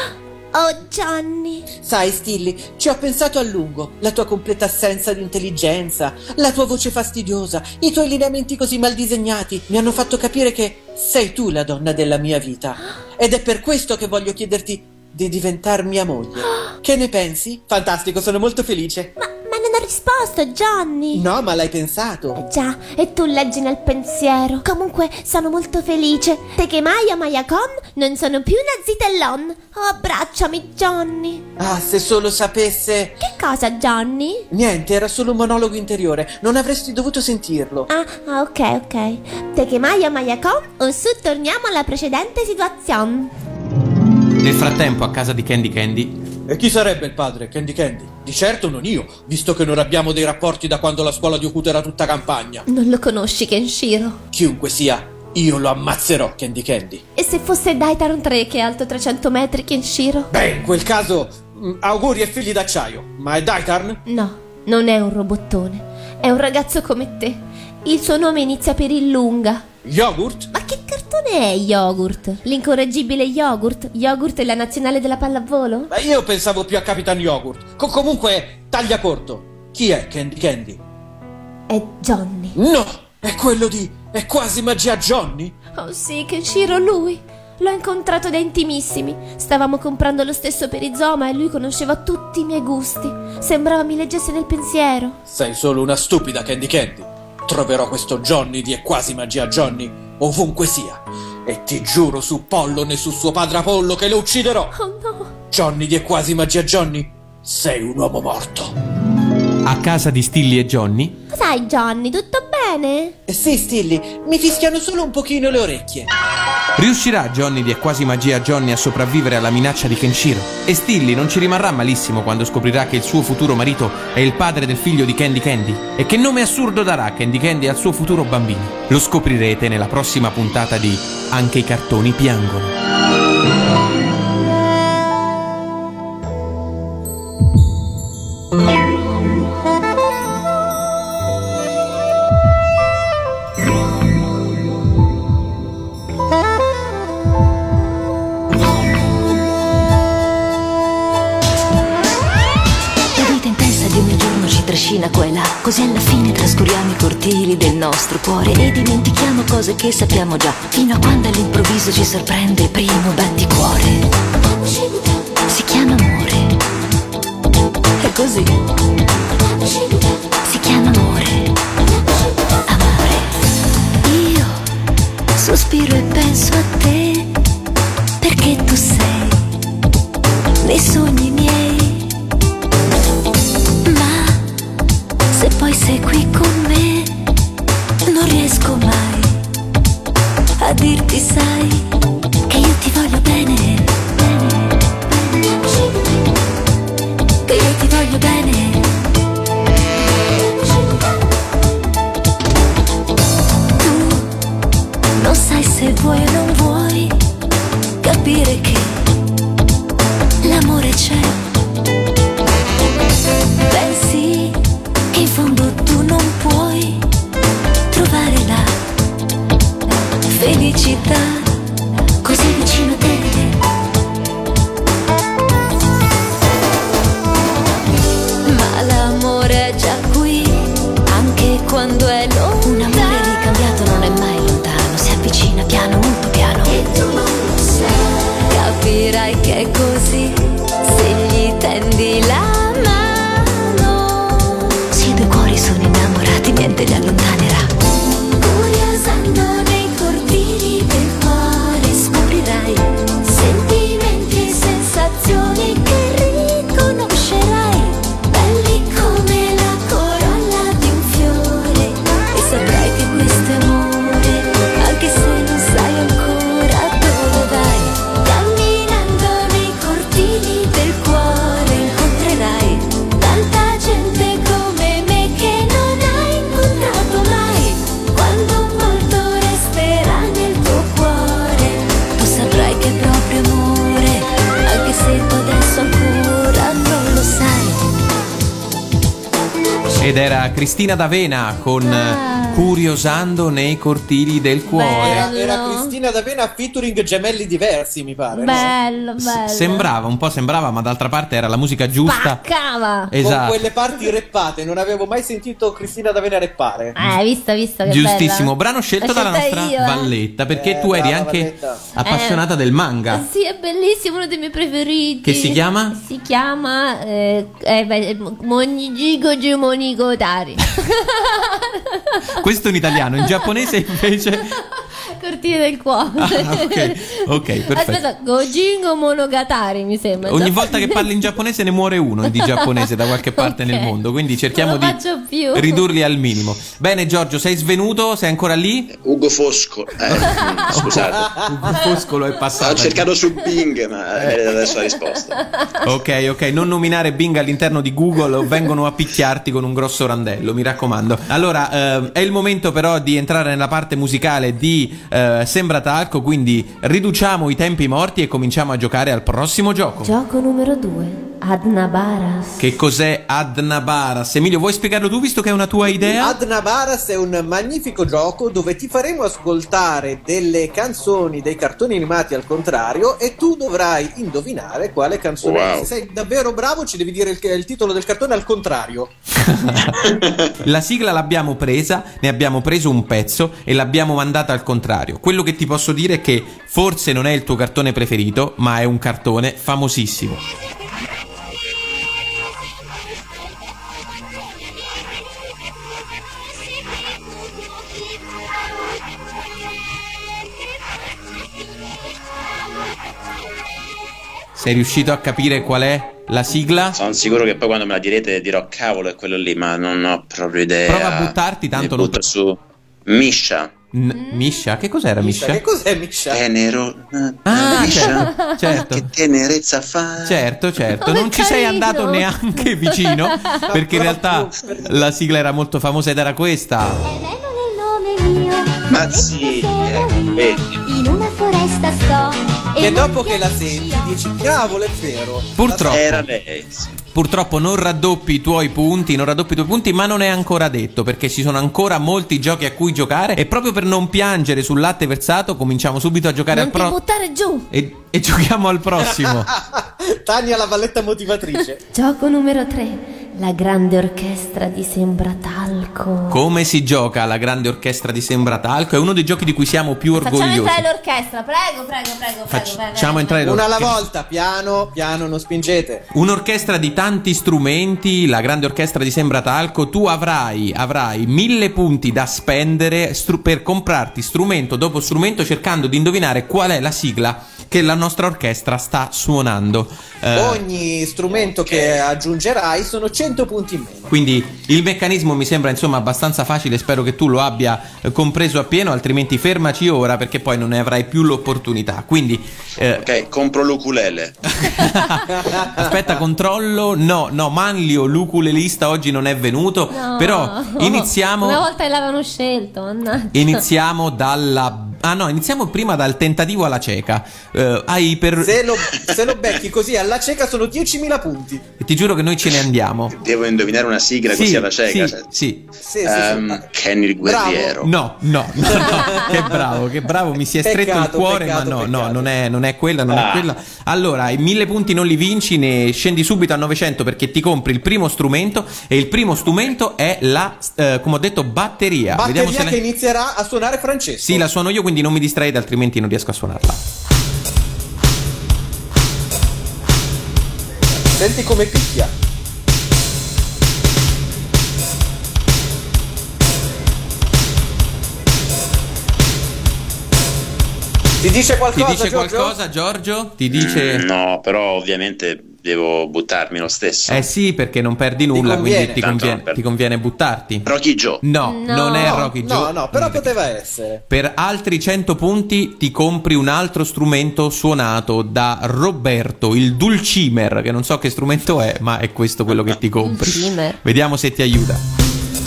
Oh, Johnny. Sai, Stilly, ci ho pensato a lungo. La tua completa assenza di intelligenza, la tua voce fastidiosa, i tuoi lineamenti così mal disegnati mi hanno fatto capire che sei tu la donna della mia vita. Ed è per questo che voglio chiederti di diventare mia moglie. Che ne pensi? Fantastico, sono molto felice. Ma, ma non ho risposto, Johnny. No, ma l'hai pensato. Eh già, e tu leggi nel pensiero. Comunque, sono molto felice. Te che Maya Maya con, non sono più una zitellon. Oh, abbracciami, Johnny. Ah, se solo sapesse. Che cosa, Johnny? Niente, era solo un monologo interiore. Non avresti dovuto sentirlo. Ah, ah ok, ok. Te che Maya Maya con, o su torniamo alla precedente situazione. Nel frattempo, a casa di Candy Candy. E chi sarebbe il padre, Candy Candy? Di certo non io, visto che non abbiamo dei rapporti da quando la scuola di Okuto era tutta campagna. Non lo conosci, Kenshiro? Chiunque sia, io lo ammazzerò, Candy Candy. E se fosse Daitaron tre che è alto trecento metri, Kenshiro? Beh, in quel caso, mh, auguri e figli d'acciaio. Ma è Daitarn? No, non è un robottone. È un ragazzo come te. Il suo nome inizia per il lunga. Yogurt? Ma che cartone è Yogurt? L'incorreggibile Yogurt? Yogurt è la nazionale della pallavolo? Beh, io pensavo più a Capitan Yogurt. Co- comunque, taglia corto. Chi è Candy Candy? È Johnny. No! È quello di... è quasi magia Johnny? Oh sì, Kenshiro, lui. L'ho incontrato da intimissimi. Stavamo comprando lo stesso perizoma e lui conosceva tutti i miei gusti. Sembrava mi leggesse nel pensiero. Sei solo una stupida, Candy Candy. Troverò questo Johnny di È quasi magia Johnny ovunque sia. E ti giuro su Pollon e su suo padre Apollo che lo ucciderò. Oh no. Johnny di È quasi magia Johnny, sei un uomo morto. A casa di Stilly e Johnny. Cos'hai, Johnny? Tutto bene? Eh sì, Stilly, mi fischiano solo un pochino le orecchie. Riuscirà Johnny di È quasi magia Johnny a sopravvivere alla minaccia di Kenshiro? E Stilly non ci rimarrà malissimo quando scoprirà che il suo futuro marito è il padre del figlio di Candy Candy? E che nome assurdo darà Candy Candy al suo futuro bambino? Lo scoprirete nella prossima puntata di Anche i cartoni piangono. Qua e là, così alla fine trascuriamo i cortili del nostro cuore e dimentichiamo cose che sappiamo già, fino a quando all'improvviso ci sorprende il primo batticuore. Si chiama amore. È così. Si chiama amore. Amore. Io sospiro e penso a te, perché tu sei nei sogni miei. Se poi sei qui con me, non riesco mai a dirti, sai, che io ti voglio bene, che io ti voglio bene. Tu non sai se vuoi o non vuoi capire che l'amore c'è. Pensa quando è lontano. Un amore ricambiato non è mai lontano, si avvicina piano, molto piano. E tu non lo sai, capirai che è così se gli tendi la mano. Se i due cuori sono innamorati, niente li allontanerà. Curiosando nei cortili del cuore scoprirai sentimenti e sensazioni che riconoscerai, belli come la corolla di un fiore. E saprai che questo è amore, anche se non sai ancora dove vai. Camminando nei cortili del cuore incontrerai tanta gente come me che non hai incontrato mai. Quando un volto resterà nel tuo cuore, tu saprai che è proprio amore, anche se tu adesso ancora non lo sai. Ed era Cristina D'Avena con Ah. Curiosando nei cortili del cuore. Era, Bello. era Cristina D'Avena featuring Gemelli Diversi, mi pare. no? Bello, bello. Sembrava, un po' sembrava, ma d'altra parte era la musica giusta. Spaccava. Con Esatto. quelle parti reppate, non avevo mai sentito Cristina D'Avena reppare. Eh, hai visto, hai visto che Giustissimo, bella? brano scelto L'ho dalla scelta nostra io, eh. Valletta, perché Eh, tu eri brava, anche Valletta. appassionata Eh. del manga. Sì, è bellissimo, uno dei miei preferiti. Che si chiama? Si chiama eh, eh, beh, Monigigo Giumonigodari. Questo in italiano, in giapponese invece. Cortile del cuore. Ah, ok, ok, perfetto. Aspetta, Gojingo Monogatari mi sembra. Ogni volta che parli in giapponese ne muore uno di giapponese da qualche parte Ok. nel mondo, quindi cerchiamo Non lo di faccio più. ridurli al minimo. Bene Giorgio, sei svenuto? Sei ancora lì? Ugo Fosco, eh, mm, scusate. Ugo Foscolo è passato. Ho cercato su Bing, ma eh, adesso la risposta. Ok, ok, non nominare Bing all'interno di Google o vengono a picchiarti con un grosso randello, mi raccomando. Allora, eh, è il momento però di entrare nella parte musicale di eh, Sembra Talco, quindi riduciamo i tempi morti e cominciamo a giocare al prossimo gioco. Gioco numero due. Adnabaras. Che cos'è Adnabaras? Emilio, vuoi spiegarlo tu visto che è una tua idea? Adnabaras è un magnifico gioco dove ti faremo ascoltare delle canzoni dei cartoni animati al contrario e tu dovrai indovinare quale canzone è. Wow. Se sei davvero bravo ci devi dire il, il titolo del cartone al contrario. La sigla l'abbiamo presa, ne abbiamo preso un pezzo e l'abbiamo mandata al contrario. Quello che ti posso dire è che forse non è il tuo cartone preferito, ma è un cartone famosissimo. Sei riuscito a capire qual è la sigla? Sono sicuro che poi quando me la direte dirò cavolo è quello lì, ma non ho proprio idea. Prova a buttarti, tanto Mi non- butto su Misha. N- Misha? Che cos'era Misha? Che cos'è Misha? Tenero. Ah, Misha. certo, certo. Che tenerezza fa. Certo, certo, Oh, non che ci sei carino. andato neanche vicino, perché in realtà la sigla era molto famosa ed era questa. Nel nome mio, Ma sì, eh, vedi. in una foresta sto. E dopo che la senti dici cavolo è vero. Purtroppo, Era lei. Sì. purtroppo non raddoppi i tuoi punti, non raddoppi i tuoi punti, ma non è ancora detto, perché ci sono ancora molti giochi a cui giocare e proprio per non piangere sul latte versato cominciamo subito a giocare Non al ti prossimo buttare giù. e, e giochiamo al prossimo. Tania la valletta motivatrice. Gioco numero tre. La grande orchestra di Sembratalco. Come si gioca alla grande orchestra di Sembratalco? È uno dei giochi di cui siamo più Facciamo orgogliosi. entrare l'orchestra, prego, prego, prego, prego. Facciamo entrare Una alla l'orchestra. volta, piano, piano, non spingete. Un'orchestra di tanti strumenti, la grande orchestra di Sembratalco. Tu avrai, avrai mille punti da spendere stru- per comprarti strumento dopo strumento cercando di indovinare qual è la sigla che la nostra orchestra sta suonando. Eh, Ogni strumento che aggiungerai sono cento punti in meno. Quindi il meccanismo mi sembra insomma abbastanza facile, spero che tu lo abbia eh, compreso appieno, altrimenti fermaci ora perché poi non ne avrai più l'opportunità. Quindi eh, Ok, compro l'ukulele. aspetta, controllo. No, no, Manlio, l'ukulelista oggi non è venuto. No. Però iniziamo. Una volta l'avevano scelto, mannaggia. Iniziamo dalla. Ah no, iniziamo prima dal tentativo alla cieca. Uh, hai per... se, lo, se lo becchi così alla cieca sono diecimila punti. E ti giuro che noi ce ne andiamo. Devo indovinare una sigla sì, così alla cieca. Sì, cioè. sì. sì, sì, um, sì. Kenny il guerriero. No, no, no, no. Che bravo, che bravo. Mi si è stretto Peccato, il cuore, peccato, ma no, peccato. no, non è, non è quella, non Ah. è quella. Allora, i mille punti non li vinci, ne scendi subito a novecento perché ti compri il primo strumento e il primo strumento è la, eh, come ho detto, batteria. Batteria Vediamo se che ne... inizierà a suonare Francesco. Sì, la suono io, quindi non mi distraete, altrimenti non riesco a suonarla. Senti come picchia. Ti dice qualcosa, Ti dice Giorgio? qualcosa, Giorgio? Ti dice... Mm, no, però ovviamente devo buttarmi lo stesso. Eh sì, perché non perdi nulla, conviene. quindi ti Tanto conviene, non perdo. ti conviene buttarti. Rocky Joe. No, No. non è Rocky No, Joe. no, però poteva essere. Per altri cento punti ti compri un altro strumento suonato da Roberto, il dulcimer, che non so che strumento è, ma è questo quello che ti compri. Dulcimer. Vediamo se ti aiuta.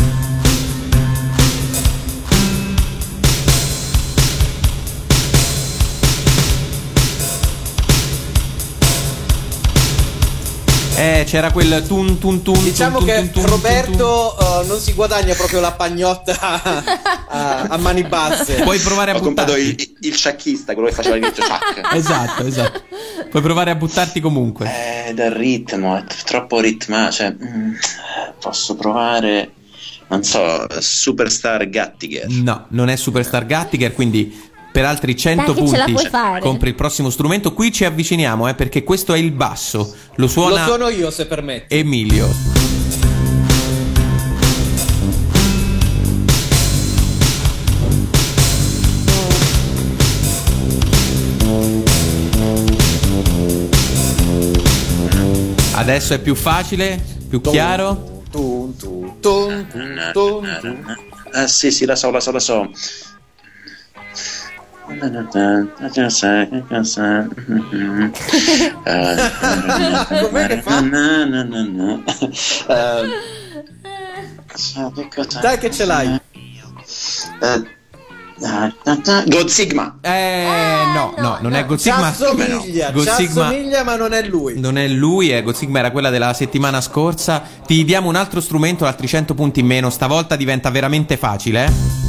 Eh, c'era quel tun tun tun. Diciamo tun, che tun, tun, tun, Roberto uh, non si guadagna proprio la pagnotta a, a- a mani basse. tun. Puoi provare a Ho comprato buttarti. il, il sciacchista, quello che faceva il vecchio sciacca. Esatto, esatto. Puoi provare a buttarti comunque. Eh, dal ritmo, è troppo ritmo. Cioè, mm, posso provare, non so, Superstar Gattiger. No, non è Superstar Gattiger, quindi per altri cento Dai che ce la punti puoi fare. compri il prossimo strumento. Qui ci avviciniamo, eh, perché questo è il basso. Lo Lo suona suono io, se permetti. Emilio. Adesso è più facile, più chiaro. Tun, tun, tun, tun, tun, tun. Ah sì, sì, la so, la so, la so. Com'è che fa? Dai che ce l'hai. God Sigma. Eh, no, no, non è God Ci Sigma. assomiglia, God ci Sigma assomiglia, ma non è lui. non è lui, eh, God Sigma era quella della settimana scorsa. Ti diamo un altro strumento, altri cento punti in meno. Stavolta diventa veramente facile, eh.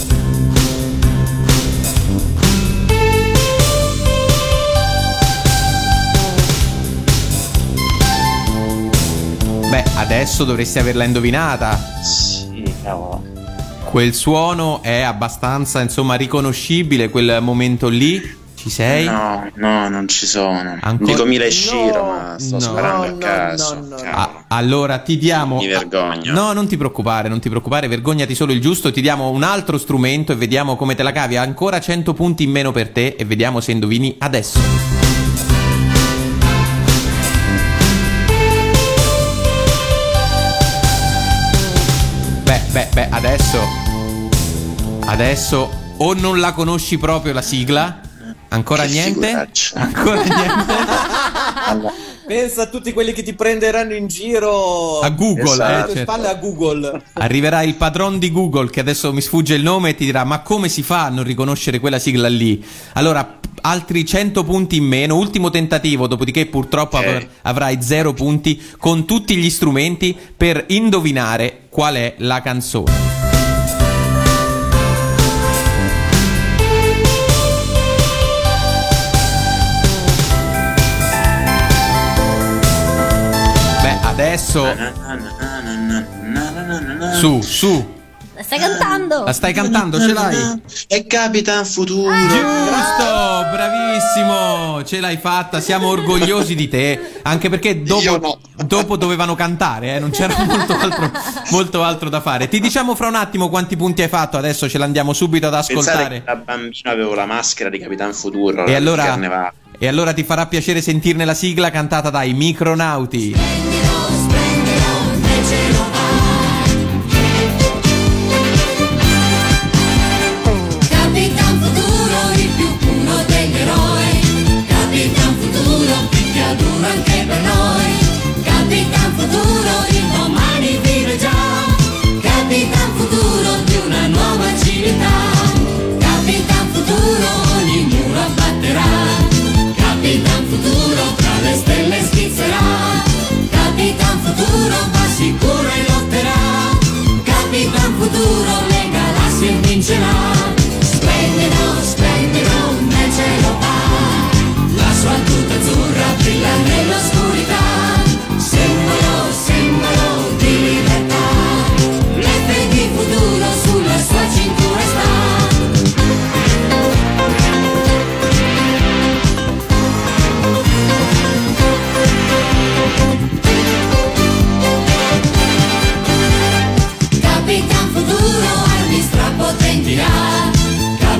Beh, adesso dovresti averla indovinata. Sì, cavolo. Quel suono è abbastanza, insomma, riconoscibile, quel momento lì. Ci sei? No, no, non ci sono. Ancora- Dico Mila e Shiro, No, ma sto no, sparando no, a caso. no, no, no. cavolo. Ah, allora ti diamo. Mi vergogno. No, non ti preoccupare, non ti preoccupare, vergognati solo il giusto. Ti diamo un altro strumento e vediamo come te la cavi. Ancora cento punti in meno per te e vediamo se indovini adesso. Beh, beh, beh, adesso. Adesso o non la conosci proprio la sigla? Ancora Che niente? figuraccia. Ancora niente? Pensa a tutti quelli che ti prenderanno in giro A Google, Esatto. eh, alle tue certo. spalle a Google. Arriverà il padron di Google, che adesso mi sfugge il nome, e ti dirà: ma come si fa a non riconoscere quella sigla lì? Allora, p- altri cento punti in meno, ultimo tentativo, dopodiché purtroppo Ok. avr- avrai zero punti con tutti gli strumenti per indovinare qual è la canzone. Beh, adesso su, su. La stai cantando? La stai cantando, ce l'hai? È Capitan Futuro. Giusto, bravissimo, ce l'hai fatta, siamo orgogliosi di te, anche perché Io dopo, no. dopo dovevano cantare, eh, non c'era molto altro, molto altro da fare. Ti diciamo fra un attimo quanti punti hai fatto, adesso ce l'andiamo subito ad Pensare ascoltare. che da bambino avevo la maschera di Capitan Futuro. E la allora, Carnevale. e allora ti farà piacere sentirne la sigla cantata dai Micronauti. Capitan Futuro, il più puro degli eroi. Capitan Futuro, che adoro anche per noi. Capitan Futuro, il domani vive già. Capitan Futuro di una nuova civiltà. Capitan Futuro.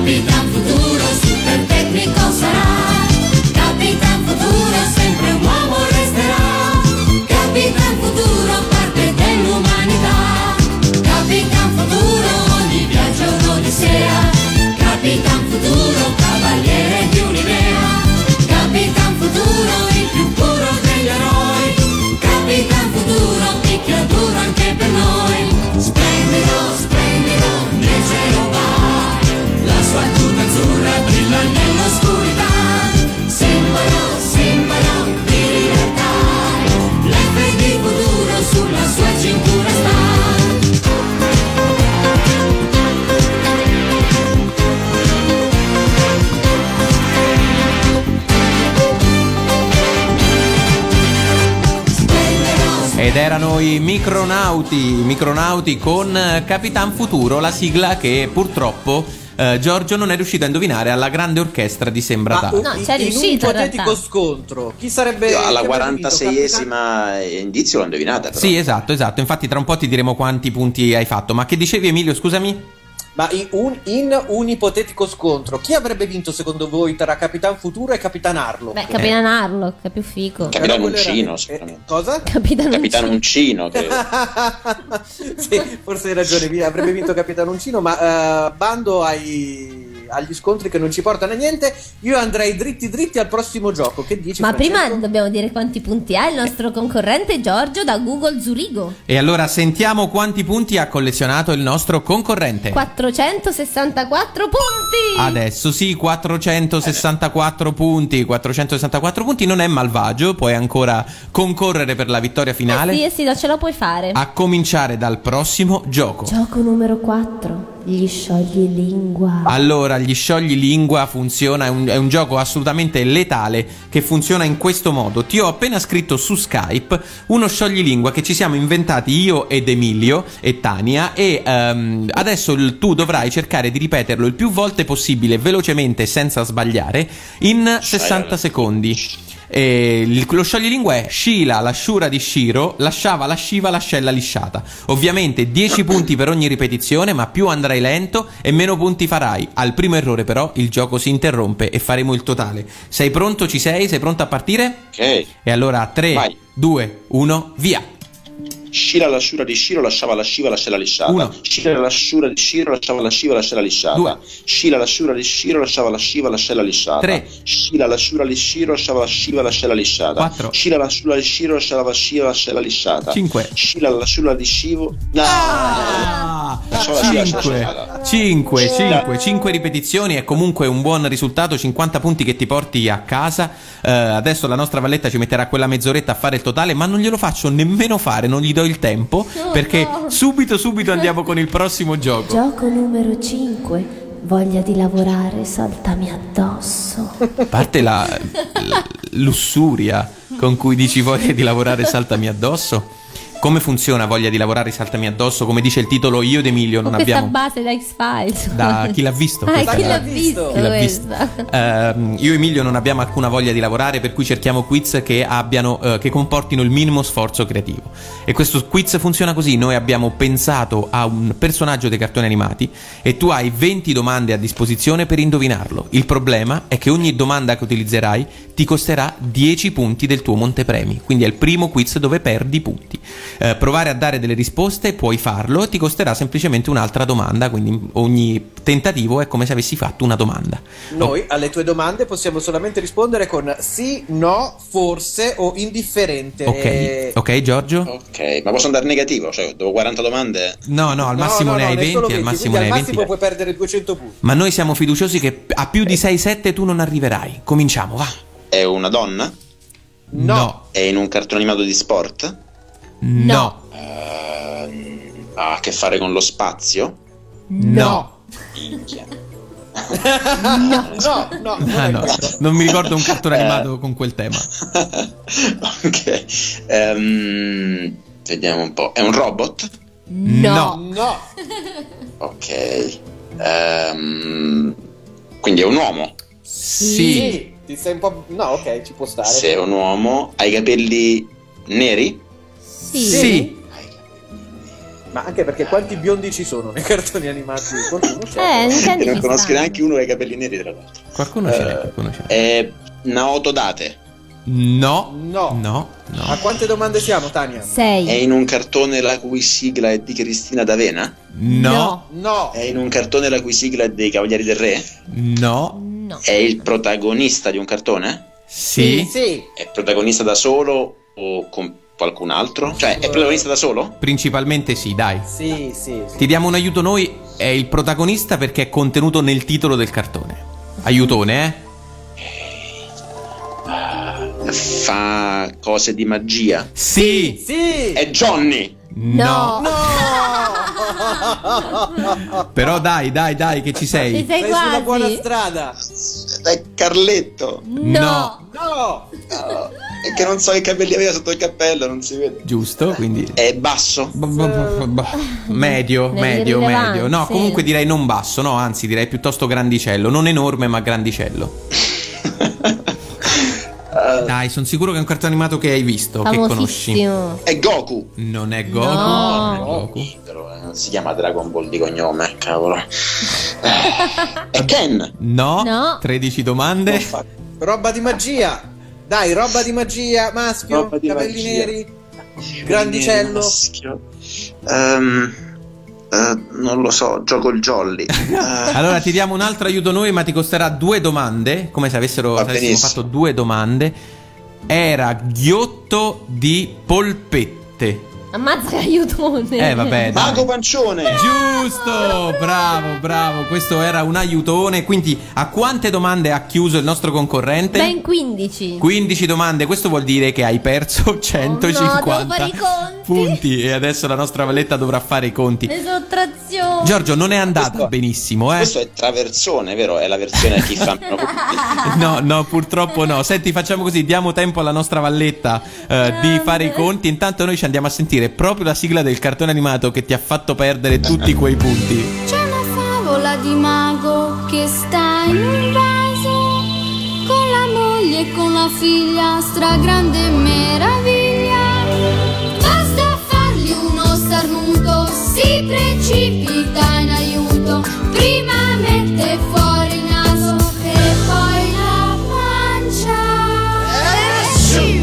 Capitan Futuro super tecnico sarà. Capitan Futuro sempre un uomo resterà. Capitan Futuro parte dell'umanità. Capitan Futuro ogni viaggio è un'odissea. Capitan Futuro cavaliere di un'idea. Capitan Futuro il più puro degli eroi. Capitan Futuro picchia duro anche per noi. Splendido, splendido, nel cielo va. La sua tuta azzurra brilla nell'oscurità. Simbolo, simbolo di libertà. L'F di futuro sulla sua cintura sta. Ed erano i Micronauti, Micronauti con Capitan Futuro, la sigla che purtroppo eh, Giorgio non è riuscito a indovinare alla grande orchestra di Sembra Tale. Ma No, c'è in un riuscito, in ipotetico realtà. scontro, chi sarebbe Io alla chi avrebbe vinto? quarantaseiesima indizio l'ho indovinata, però. Sì, esatto, esatto. Infatti tra un po' ti diremo quanti punti hai fatto. Ma che dicevi, Emilio, scusami? Ma in un, in un ipotetico scontro, chi avrebbe vinto secondo voi tra Capitan Futuro e Capitan Harlock? Beh, Capitan Harlock, è più figo. Capitano quello era- Uncino, eh, sicuramente. cosa? Capitan Capitano Uncino, credo. Sì, forse hai ragione, avrebbe vinto Capitan Uncino, ma eh, bando ai, agli scontri che non ci portano a niente. Io andrei dritti dritti al prossimo gioco. Che dici, Ma Francesco? prima dobbiamo dire quanti punti ha il nostro concorrente Giorgio da Google Zurigo. E allora sentiamo quanti punti ha collezionato il nostro concorrente. quattrocentosessantaquattro punti! Adesso sì, quattrocentosessantaquattro punti. quattrocentosessantaquattro punti non è malvagio, puoi ancora concorrere per la vittoria finale. Sì, sì, no, ce la puoi fare. A cominciare dal prossimo gioco. Gioco numero quattro. Gli sciogli lingua. Allora, gli sciogli lingua funziona, è un, è un gioco assolutamente letale che funziona in questo modo. Ti ho appena scritto su Skype uno scioglilingua che ci siamo inventati io ed Emilio e Tania e ehm, adesso il- tu dovrai cercare di ripeterlo il più volte possibile, velocemente, senza sbagliare, in sessanta secondi. E il- lo scioglilingua è Scila, l'asciura di Sciro, lasciava, lasciva, l'ascella lisciata. Ovviamente dieci punti per ogni ripetizione, ma più andrai lento e meno punti farai. Al primo errore però il gioco si interrompe e faremo il totale. Sei pronto? Ci sei? Sei pronto a partire? Ok. E allora tre, Vai. due, uno, via. Scila l'asciura di Sciro lasciava la sciva l'ascella lisciata. Uno. Scila l'asciura di Sciro lasciava la sciva l'ascella lisciata. Due. Scila l'asciura di Sciro lasciava la sciva l'ascella lisciata. Tre. Scila l'asciura di Sciro lasciava la sciva l'ascella lisciata. Quattro. Scila l'asciura di Sciro lasciava la sciva l'ascella lisciata. Cinque. Scila l'asciura di Scivo. No! Ah, Lasciava la sciva l'ascella cinque, lisciata. cinque, cinque, cinque ripetizioni è comunque un buon risultato, cinquanta punti che ti porti a casa. Eh, adesso la nostra Valletta ci metterà quella mezz'oretta a fare il totale, ma non glielo faccio nemmeno fare, non gli do il tempo, Oh, perché no. subito subito andiamo con il prossimo gioco. Gioco numero cinque. Voglia di lavorare, saltami addosso. A parte la, la lussuria con cui dici voglia di lavorare saltami addosso. Come funziona voglia di lavorare saltami addosso? Come dice il titolo, io ed Emilio non Con questa abbiamo... base da X-Files. Da chi l'ha visto? Ah, questa chi è l'ha la- visto? Chi l'ha visto? questa? Ehm, io e Emilio non abbiamo alcuna voglia di lavorare, per cui cerchiamo quiz che abbiano eh, che comportino il minimo sforzo creativo. E questo quiz funziona così: noi abbiamo pensato a un personaggio dei cartoni animati e tu hai venti domande a disposizione per indovinarlo. Il problema è che ogni domanda che utilizzerai ti costerà dieci punti del tuo montepremi, quindi è il primo quiz dove perdi punti. Eh, provare a dare delle risposte puoi farlo, ti costerà semplicemente un'altra domanda, quindi ogni tentativo è come se avessi fatto una domanda. Noi alle tue domande possiamo solamente rispondere con sì, no, forse o indifferente. Ok, Eh, ok Giorgio? Ok, ma posso andare negativo? Cioè, dopo quaranta domande? No, no, al no, massimo no, ne no, hai ne solo venti, al massimo quindi ne hai al venti. massimo puoi perdere duecento punti. Ma noi siamo fiduciosi che a più di sei sette tu non arriverai. Cominciamo, va. È una donna? No. È in un cartone animato di sport? No. Ehm, ha a che fare con lo spazio? No. Minchia. No, no, no. Ah, no, non mi ricordo un cartone animato con quel tema. Ok. Ehm, vediamo un po'. È un robot? No. No. Ok. Ehm, quindi è un uomo? Sì. Ti sei un po'. No, ok, ci può stare. Se è un uomo, ha i capelli neri? Sì. Sì. Ma anche perché quanti biondi ci sono nei cartoni animati? Qualcuno c'è? Eh, E non conosco neanche uno con i capelli neri, tra l'altro. Qualcuno ce n'è, qualcuno ce n'è. È Naoto Date. No, No. no, no. A quante domande siamo, Tania? È Sei. in un cartone la cui sigla è di Cristina D'Avena? No, No. È in un cartone la cui sigla è dei Cavalieri del Re? no, No. È il protagonista di un cartone? sì. Sì. È protagonista da solo o con qualcun altro? Cioè, è protagonista da solo? Principalmente sì, dai. Sì, sì, sì. Ti diamo un aiuto noi, è il protagonista perché è contenuto nel titolo del cartone. Aiutone, eh? Fa cose di magia? Sì. Sì. È Johnny! No. No. Però dai, dai, dai, che ci Ci sei. sei Sei sulla buona quasi. strada. È Carletto! No. No. No, è che non so che capelli aveva sotto il cappello, non si vede. Giusto, quindi È basso? B- b- b- b- medio, Nelle medio, rilevanze. medio. No, comunque direi non basso, no, anzi direi piuttosto grandicello, non enorme ma grandicello. Dai, sono sicuro che è un cartone animato che hai visto, che conosci. Famosissimo. È Goku! Non è Goku, No. non è Goku. Però, eh, non si chiama Dragon Ball di cognome, cavolo. Eh, È Ken! No, No. tredici domande. Non fa- Roba di magia. Dai, roba di magia, maschio, Roba di capelli magia. neri, grandicello. Maschio. Ehm, eh, non lo so, gioco il jolly. Eh, Allora ti diamo un altro aiuto noi, ma ti costerà due domande, come se avessero Va se avessimo benissimo. fatto due domande. Era ghiotto di polpette. Ammazza che aiutone. Eh vabbè, dai. Mago Pancione! Giusto, bravo, bravo. Questo era un aiutone. Quindi a quante domande ha chiuso il nostro concorrente? Ben quindici. quindici domande. Questo vuol dire che hai perso centocinquanta Oh no, devo fare i conti. punti. E adesso la nostra Valletta dovrà fare i conti. Le sottrazioni. Giorgio, non è andata Questo- benissimo, eh? Questo è Traversone, vero? È la versione a chi fa meno punti. No, no, purtroppo no. Senti, facciamo così, diamo tempo alla nostra Valletta eh, di fare i conti. Intanto noi ci andiamo a sentire proprio la sigla del cartone animato che ti ha fatto perdere tutti quei punti. C'è una favola di mago che sta in un vaso con la moglie e con la figlia, stragrande meraviglia. Basta fargli uno starnuto, si precipita in aiuto. Prima mette fuori il naso e poi la pancia. Esci!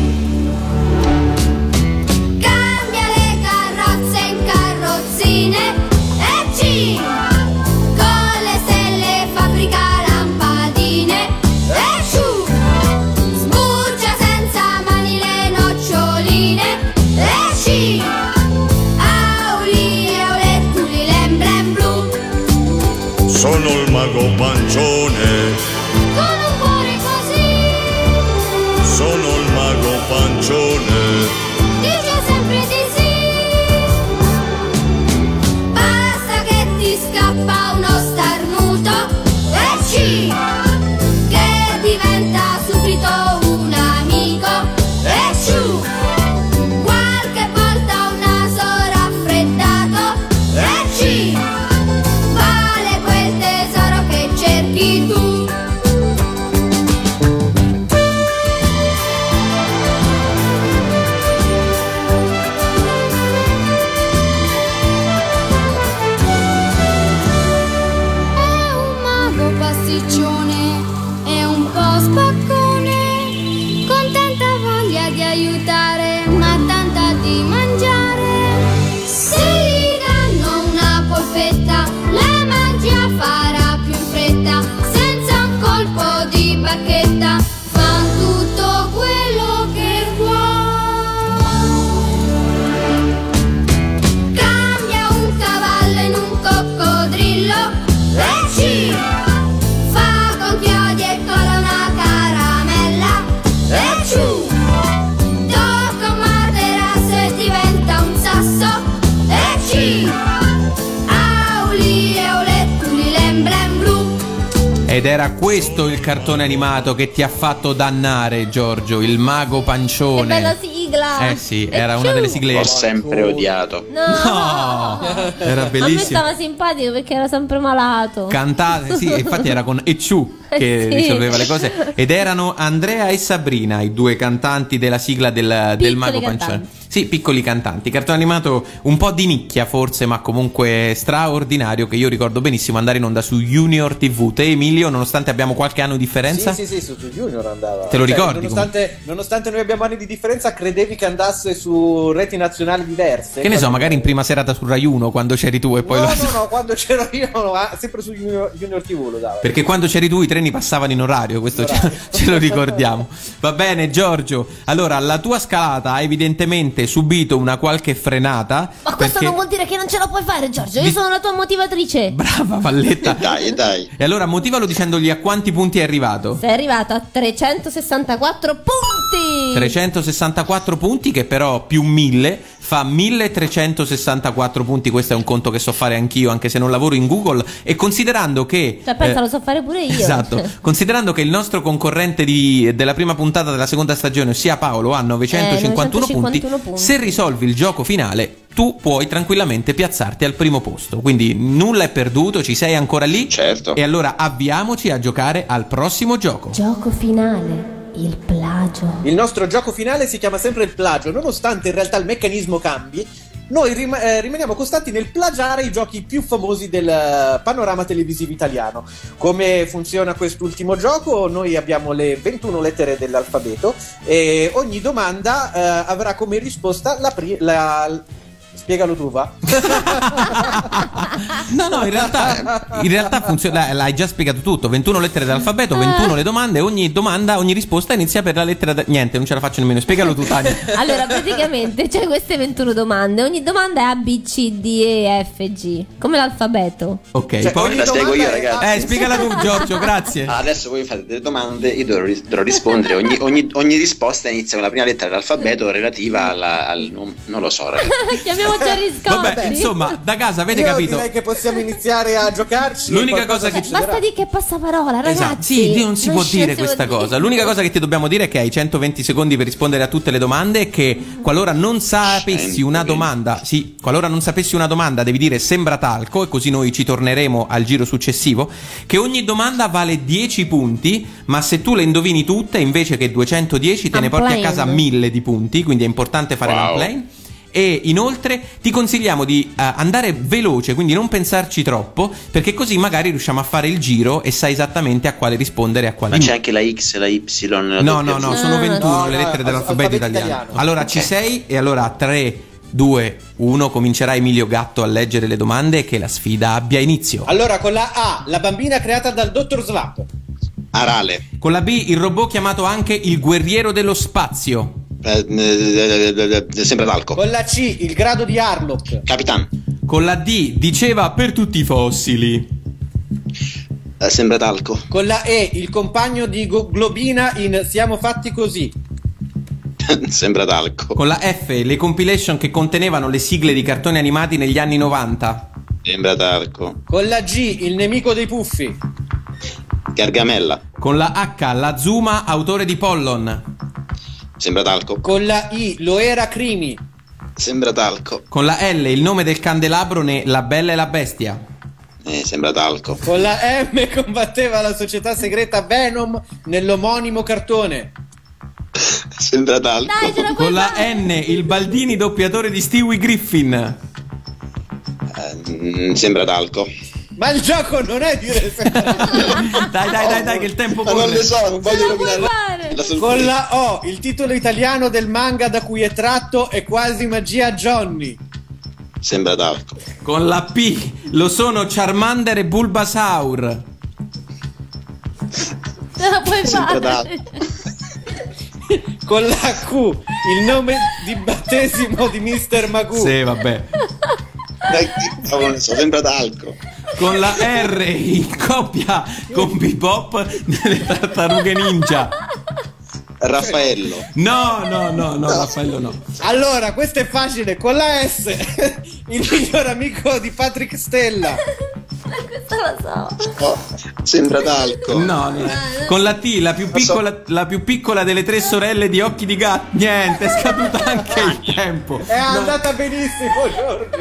Cambia le carrozze in carrozzine e ci con le stelle fabbrica lampadine e giù sbuccia senza mani le noccioline e ci auli e aulettuli l'emblem blu Sono il mago pancione, con un cuore così sono il mago pancione. dice sempre di sì. Basta che ti scappa uno starnuto e ci che diventa subito un amico e giù qualche volta un naso raffreddato e ci vale quel tesoro che cerchi tu. È un mago pasticcione, è un po' spaccone, con tanta voglia di aiutare, ma tanta di mangiare. Se gli danno una polpetta, la magia farà più in fretta, senza un colpo di bacchetta, fa tutto quello che vuole. Cambia un cavallo in un coccodrillo e ci fa con chiodi e cola una caramella e giù tocca un materasso e diventa un sasso e ci auli e aulettuli l'emblem blu. Ed era questo il cartone animato che ti ha fatto dannare, Giorgio, il mago Che pancione. bella sigla. Eh sì, era una delle sigle. L'ho sempre odiato. No. No, era A me bellissimo. stava simpatico perché era sempre malato. Cantate, sì, infatti era con Ecciù che Eh sì. risolveva le cose. Ed erano Andrea e Sabrina, i due cantanti della sigla del, del Piccoli Mago cantanti. Pancione. Sì, piccoli cantanti. Cartone animato un po' di nicchia forse, ma comunque straordinario, che io ricordo benissimo andare in onda su Junior tivù. Te, Emilio, nonostante abbiamo qualche anno di differenza? Sì, sì, sì, su, su Junior andava. Te lo Cioè, ricordi? Nonostante, nonostante noi abbiamo anni di differenza, credevi che andasse su reti nazionali diverse? Che ne so, magari in prima serata su Rai uno quando c'eri tu e poi... No, lo... no, no, quando c'ero io, no, sempre su Junior, Junior tivù lo dava. Perché quando c'eri tu i treni passavano in orario, questo In orario. Ce, ce lo ricordiamo. Va bene, Giorgio. Allora, la tua scalata ha evidentemente subito una qualche frenata. Ma questo perché... non vuol dire che non ce la puoi fare, Giorgio. Io Di- sono la tua motivatrice. Brava Valletta. Dai, dai. E allora motivalo dicendogli a quanti punti è arrivato. Sei arrivato a trecentosessantaquattro punti. trecentosessantaquattro punti, che però più mille fa milletrecentosessantaquattro punti. Questo è un conto che so fare anch'io, anche se non lavoro in Google. E considerando che Cioè, pensa, eh, lo so fare pure io. esatto, considerando che il nostro concorrente di, della prima puntata della seconda stagione, ossia Paolo, ha novecentocinquantuno, Eh, punti, novecentocinquantuno punti. se risolvi il gioco finale tu puoi tranquillamente piazzarti al primo posto. Quindi nulla è perduto, ci sei ancora lì. Certo. E allora avviamoci a giocare al prossimo gioco. Gioco finale. Il plagio. Il nostro gioco finale si chiama sempre il plagio, nonostante in realtà il meccanismo cambi. Noi rim- eh, rimaniamo costanti nel plagiare i giochi più famosi del eh, panorama televisivo italiano. Come funziona quest'ultimo gioco? Noi abbiamo le ventuno lettere dell'alfabeto e ogni domanda eh, avrà come risposta la, pri- la... Spiegalo tu, va? No, no, in realtà, in realtà funziona, l'hai già spiegato tutto. ventuno lettere dell'alfabeto, ventuno le domande. Ogni domanda, ogni risposta inizia per la lettera da... Niente, non ce la faccio nemmeno. Spiegalo tu, Tania. Allora, praticamente c'è queste ventuno domande. Ogni domanda è A, B, C, D, E, F, G. Come l'alfabeto. Ok, Cioè, poi... ogni La spiego io, domanda è ragazzi. A, Eh, spiegala tu, Giorgio, grazie. Adesso voi fate delle domande, io dovrò, ris- dovrò rispondere. Ogni, ogni- ogni risposta inizia con la prima lettera dell'alfabeto relativa alla- al. Non, non lo so, ragazzi. Chiamiamo Jerry Scott. Vabbè, insomma, da casa avete Io capito. direi che possiamo iniziare a giocarci. L'unica e qualcosa cosa che- succederà. Basta dire che passa parola, ragazzi. Esatto, sì, non si può ci- dire si questa può cosa. dire. L'unica cosa che ti dobbiamo dire è che hai centoventi secondi per rispondere a tutte le domande e che qualora non sapessi una domanda, sì, qualora non sapessi una domanda devi dire sembra talco e così noi ci torneremo al giro successivo, che ogni domanda vale dieci punti, ma se tu le indovini tutte invece che duecentodieci te ne porti a casa mille di punti, quindi è importante fare Wow. l'unplane. E inoltre ti consigliamo di uh, andare veloce, quindi non pensarci troppo, perché così magari riusciamo a fare il giro e sai esattamente a quale rispondere e a quale Ma no. c'è anche la X, la Y, la No, W. no, no, sono No, ventuno no, le no, lettere al- dell'alfabeto alfabeto italiano. italiano. Allora ci Ok. sei e allora a tre, due, uno comincerà Emilio Gatto a leggere le domande e che la sfida abbia inizio. Allora, con la A, la bambina creata dal dottor Slap. Arale. Con la B, il robot chiamato anche il guerriero dello spazio. Eh, eh, eh, eh, sembra talco. Con la C, il grado di Harlock. Capitan. Con la D, diceva per tutti i fossili. Eh, sembra talco. Con la E, il compagno di Go- Globina in Siamo fatti così. Sembra talco. Con la F, le compilation che contenevano le sigle di cartoni animati negli anni novanta. Sembra talco. Con la G, il nemico dei puffi. Gargamella. Con la H, la Zuma, autore di Pollon. Sembra talco. Con la I, lo era Crimi. Sembra talco. Con la L, il nome del candelabro ne La Bella e la Bestia. Eh, sembra talco. Con la M, combatteva la società segreta Venom nell'omonimo cartone. Sembra talco. Dai, ce la puoi Con la fare. N, il Baldini doppiatore di Stewie Griffin. Eh, mm, sembra talco. Ma il gioco non è dire Dai, dai, dai, dai, che il tempo Ma non corre. le so, non Ce voglio la puoi rovinare fare. la sorpresa. Con la O, il titolo italiano del manga da cui è tratto è Quasi magia Johnny. Sembra talco. Con la P, lo sono Charmander e Bulbasaur. Ce la puoi Sembra fare. Con la Q, il nome di battesimo di mister Magoo. Sì, vabbè. Dai, non ne so, sembra talco. Con la R, in coppia con Bebop nelle tartarughe ninja. Raffaello. No, no, no, no, Raffaello no. Allora, questo è facile. Con la S, il miglior amico di Patrick Stella. Questa la so. Oh, sembra talco. No, no. Con la T, la più piccola, la più piccola delle tre sorelle di Occhi di Gatto. Niente, è scaduto anche il tempo. È andata benissimo, Giorgio.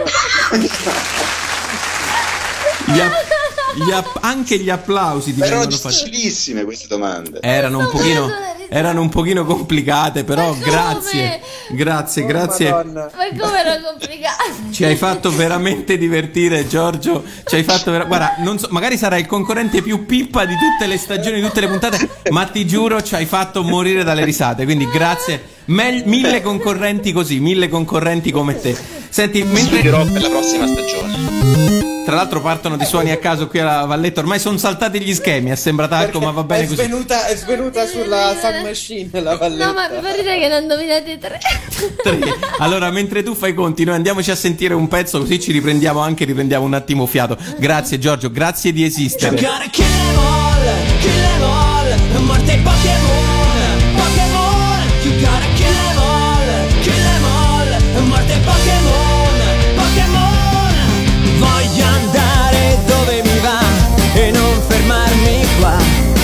Gli app- gli app- anche gli applausi ti Erano vengono fatti. difficilissime queste domande. Erano un pochino. erano un pochino complicate, però Ma grazie, grazie, Oh, grazie. Madonna. Ma come era complicato? Ci hai fatto veramente divertire, Giorgio. Ci hai fatto vera- guarda, non so, magari sarai il concorrente più pippa di tutte le stagioni, di tutte le puntate, ma ti giuro ci hai fatto morire dalle risate. Quindi grazie. Mel- mille concorrenti così, mille concorrenti come te. Senti, mentre Studirò per la prossima stagione. tra l'altro partono di suoni a caso qui alla Valletta, ormai sono saltati gli schemi, è sembrato talco, ma va bene è così. svenuta, è svenuta sulla Sun Machine la Valletta. No, ma mi fa ridere che non indovinate tre. Tre. Allora, mentre tu fai i conti, noi andiamoci a sentire un pezzo, così ci riprendiamo anche, riprendiamo un attimo fiato. Grazie Giorgio, grazie di esistere. Giocare kill em all, kill em all, morte ai Pokémon, Pokémon. Giocare kill em all, kill em all, morte ai Pokémon, Pokémon. Voglio andare dove mi va e non fermarmi qua.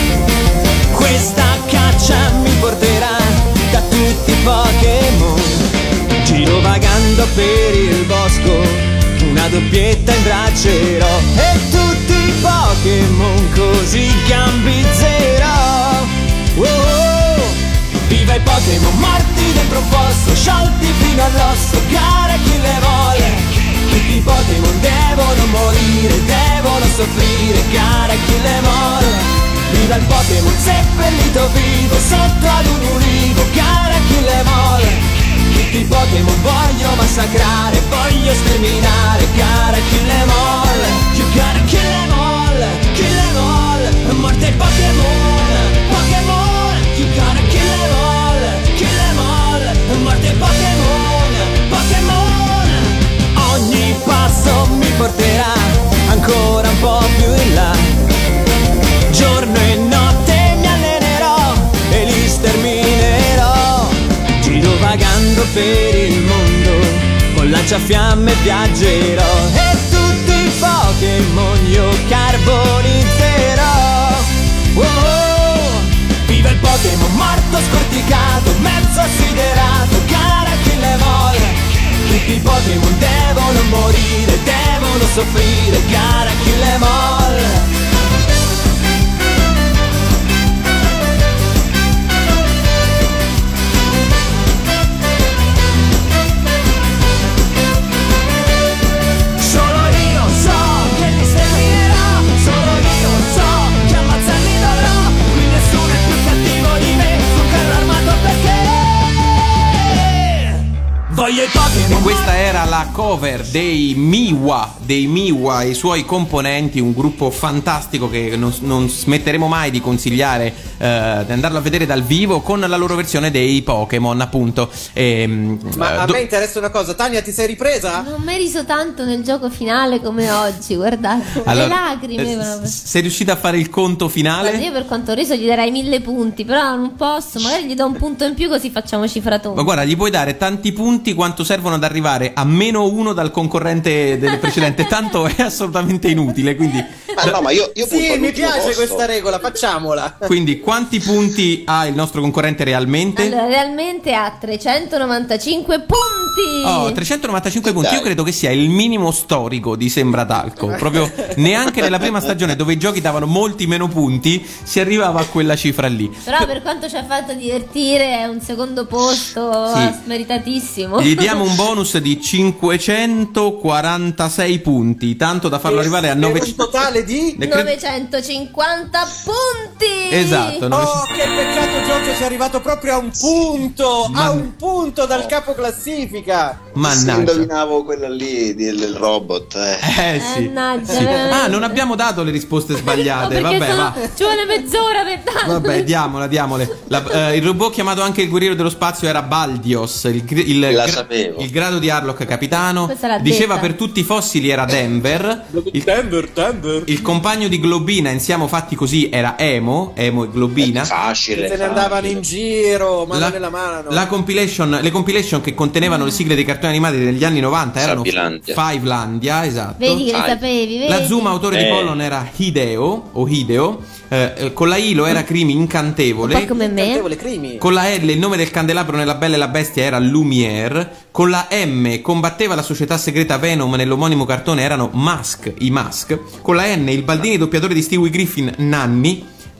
Questa caccia mi porterà da tutti i Pokémon. Giro vagando per il bosco, una doppietta imbraccerò e tutti i Pokémon così gambizzerò. Oh, oh. Viva i Pokémon morti dentro un fosso, sciolti fino all'osso, gara chi le vuole. Tutti i Pokémon devono morire, devono soffrire, gara chi le vuole. Viva il Pokémon seppellito vivo sotto ad un ulivo, cara chi le vuole. Tutti i Pokémon voglio massacrare, voglio sterminare, cara kill em all. You gotta kill em all, kill em all, morte ai Pokémon, Pokémon. You gotta kill em all, kill em all, morte ai Pokémon, Pokémon. Ogni passo mi porterà ancora un po' più in là. Giorno e notte mi allenerò e li sterminerò. Giro vagando per il mondo, con lanciafiamme viaggerò e tutti i Pokémon io carbonizzerò. Oh, oh. Viva il Pokémon morto scorticato, mezzo assiderato, cara chi le vuole. Tutti i Pokémon devono morire, devono soffrire, cara chi le vuole. Voglio i Pokémon. E questa era la cover dei Miwa, dei Miwa e i suoi componenti, un gruppo fantastico che non, non smetteremo mai di consigliare eh, di andarlo a vedere dal vivo con la loro versione dei Pokémon, appunto. E, Ma eh, a do- me interessa una cosa, Tania, ti sei ripresa? Non mi hai riso tanto nel gioco finale come oggi, guardate. allora, Le lacrime eh, proprio. sei riuscita a fare il conto finale? Guarda, io per quanto ho riso gli darei mille punti, però non posso, magari gli do un punto in più così facciamo cifratone. Ma guarda, gli puoi dare tanti punti quanto servono ad arrivare a meno uno dal concorrente del precedente, tanto è assolutamente inutile, quindi... Ma no, ma io, io punto Sì, mi all'ultimo piace posto. questa regola, facciamola. Quindi quanti punti ha il nostro concorrente realmente? Allora, realmente ha trecentonovantacinque punti. Oh, trecentonovantacinque punti. Dai. Io credo che sia il minimo storico di Sembra Talco. Proprio neanche nella prima stagione, dove i giochi davano molti meno punti, si arrivava a quella cifra lì. Però per quanto ci ha fatto divertire è un secondo posto, Sì. eh, meritatissimo. Gli diamo un bonus di cinquecentoquarantasei punti, tanto da farlo arrivare a Per novecento. un totale di... Ne cre- novecentocinquanta punti. Esatto, novecento. Oh, che peccato, Giorgio, sei arrivato proprio a un punto, Ma- a un punto dal capo classifica. Se Mannaggia. indovinavo quella lì di- del robot, eh. Eh sì. Mannaggia, Sì. veramente. Ah, non abbiamo dato le risposte No, sbagliate. perché Vabbè, sono- va. ci vuole mezz'ora per darle. Vabbè, diamola, diamole. La- eh, il robot chiamato anche il guerriero dello spazio era Baldios, il, gr- il, La gra- sapevo. il grado di Harlock capitano. Questa l'ha Diceva detta. per tutti i fossili era Denver. Il, Denver, Denver. il compagno di Globina in Siamo fatti così era Emo, Emo e Globina. Facile. Se ne facile. andavano in giro, mano La, nella mano. la compilation, le compilation che contenevano le sigle dei cartoni animati degli anni novanta erano Sabilandia. Fivelandia, esatto. Vedi che le Sai. sapevi, vedi? La Zuma autore di Eh. Pollon era Hideo o Hideo, eh, eh, con la I lo era Crimi Incantevole. Un po' come me. Cantevole crimi. Con la L il nome del candelabro nella Bella e la Bestia era Lumière. Con la M combatteva la società segreta Venom nell'omonimo cartone erano Mask, i Mask. Con la N il Baldini doppiatore di Stewie Griffin Nanni.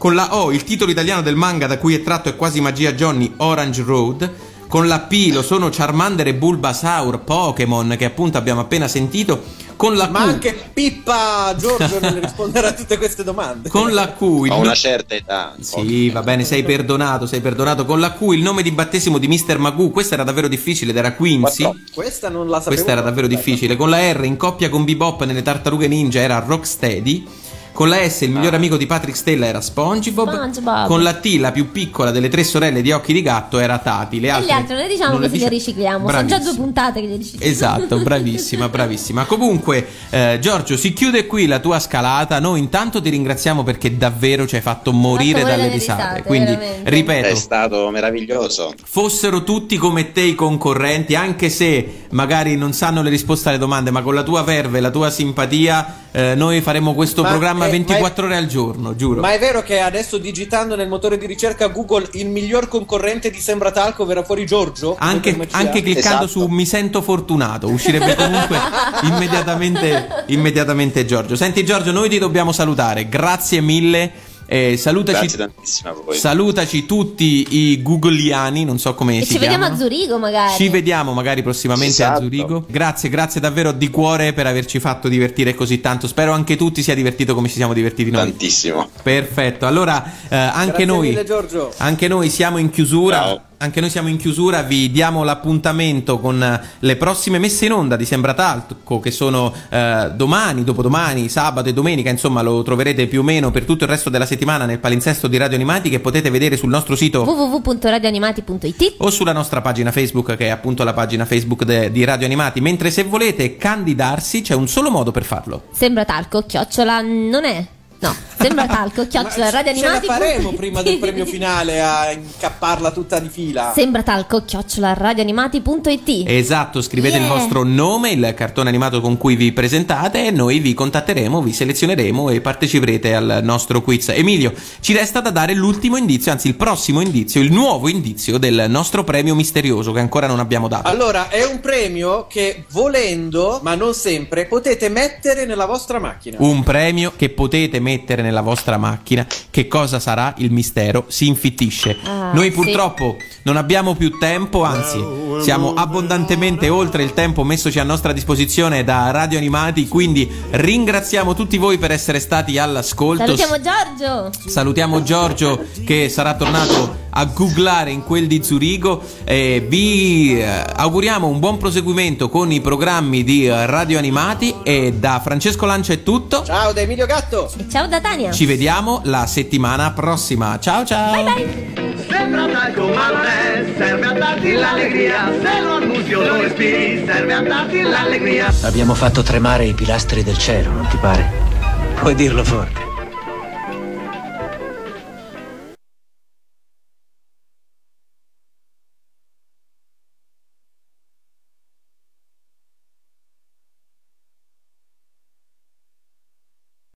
Con la O il titolo italiano del manga da cui è tratto è Quasi Magia Johnny, Orange Road. Con la P lo sono Charmander e Bulbasaur, Pokémon, che appunto abbiamo appena sentito. Con la Q, ma anche Pippa Giorgio non risponderà a tutte queste domande. Con la Q il Ho no- una certa età. Sì, va bene, sei perdonato, sei perdonato. Con la Q il nome di battesimo di mister Magoo, questa era davvero difficile ed era Quincy. Questa non la sapevo. Questa era davvero difficile. Con la R in coppia con Bebop nelle Tartarughe Ninja era Rocksteady. Con la S il miglior amico di Patrick Stella era SpongeBob. SpongeBob. Con la T la più piccola delle tre sorelle di Occhi di Gatto era Tati. Le E altre gli altri non le diciamo non le così dici- le ricicliamo. Bravissima. Sono già due puntate che le ricicliamo. Esatto, bravissima, bravissima. Comunque, eh, Giorgio, si chiude qui la tua scalata. Noi intanto ti ringraziamo perché davvero ci hai fatto morire morire dalle dalle risate. risate, Quindi, veramente. ripeto, È stato meraviglioso. fossero tutti come te i concorrenti, anche se magari non sanno le risposte alle domande, ma con la tua verve, la tua simpatia, eh, noi faremo questo Ma programma è- ventiquattro ore al giorno, giuro. Ma è vero che adesso digitando nel motore di ricerca Google il miglior concorrente di Sembra Talco verrà fuori Giorgio? Anche, Come ci anche ha? cliccando Esatto. su mi sento fortunato uscirebbe comunque immediatamente, immediatamente Giorgio. Senti Giorgio, noi ti dobbiamo salutare, grazie mille. Eh, salutaci, Grazie tantissimo a voi. salutaci tutti i googoliani, non so come E si ci vediamo chiamano. a Zurigo magari. Ci vediamo magari prossimamente a Esatto. Zurigo. Grazie, grazie davvero di cuore per averci fatto divertire così tanto. Spero anche tu ti sia divertito come ci siamo divertiti noi. Tantissimo. Perfetto. Allora, eh, anche Grazie noi mille, Giorgio. anche noi siamo in chiusura. Ciao. Anche noi siamo in chiusura, vi diamo l'appuntamento con eh, le prossime messe in onda di Sembra Talco, che sono eh, domani, dopodomani, sabato e domenica, insomma lo troverete più o meno per tutto il resto della settimana nel palinsesto di Radio Animati, che potete vedere sul nostro sito w w w punto radioanimati punto i t o sulla nostra pagina Facebook, che è appunto la pagina Facebook de- di Radio Animati. Mentre se volete candidarsi c'è un solo modo per farlo. Sembra Talco, chiocciola non è. No, Sembra Talco, chiocciola Ma ce la radioanimati. faremo prima del premio finale a incapparla tutta di fila. Sembra Talco, chiocciola radioanimati punto i t. Esatto, scrivete Yeah. il vostro nome, il cartone animato con cui vi presentate e noi vi contatteremo, vi selezioneremo e parteciperete al nostro quiz. Emilio, ci resta da dare l'ultimo indizio, anzi il prossimo indizio, il nuovo indizio del nostro premio misterioso che ancora non abbiamo dato. Allora, è un premio che volendo, ma non sempre, potete mettere nella vostra macchina. Un premio che potete mettere nella vostra macchina. Che cosa sarà? Il mistero si infittisce. Ah, Noi sì. purtroppo non abbiamo più tempo, anzi siamo abbondantemente oltre il tempo messoci a nostra disposizione da Radio Animati, quindi ringraziamo tutti voi per essere stati all'ascolto. Salutiamo Giorgio. Salutiamo Giorgio che sarà tornato a googlare in quel di Zurigo e vi eh, auguriamo un buon proseguimento con i programmi di eh, Radio Animati, e da Francesco Lancia è tutto. Ciao da Emilio Gatto. E ciao da Tania. Ci vediamo la settimana prossima. Ciao ciao. Bye bye. Sembra talco ma non è, serve a darti l'allegria, se lo annunzio lo respiri, serve a darti l'allegria. Abbiamo fatto tremare i pilastri del cielo, non ti pare? Puoi dirlo forte.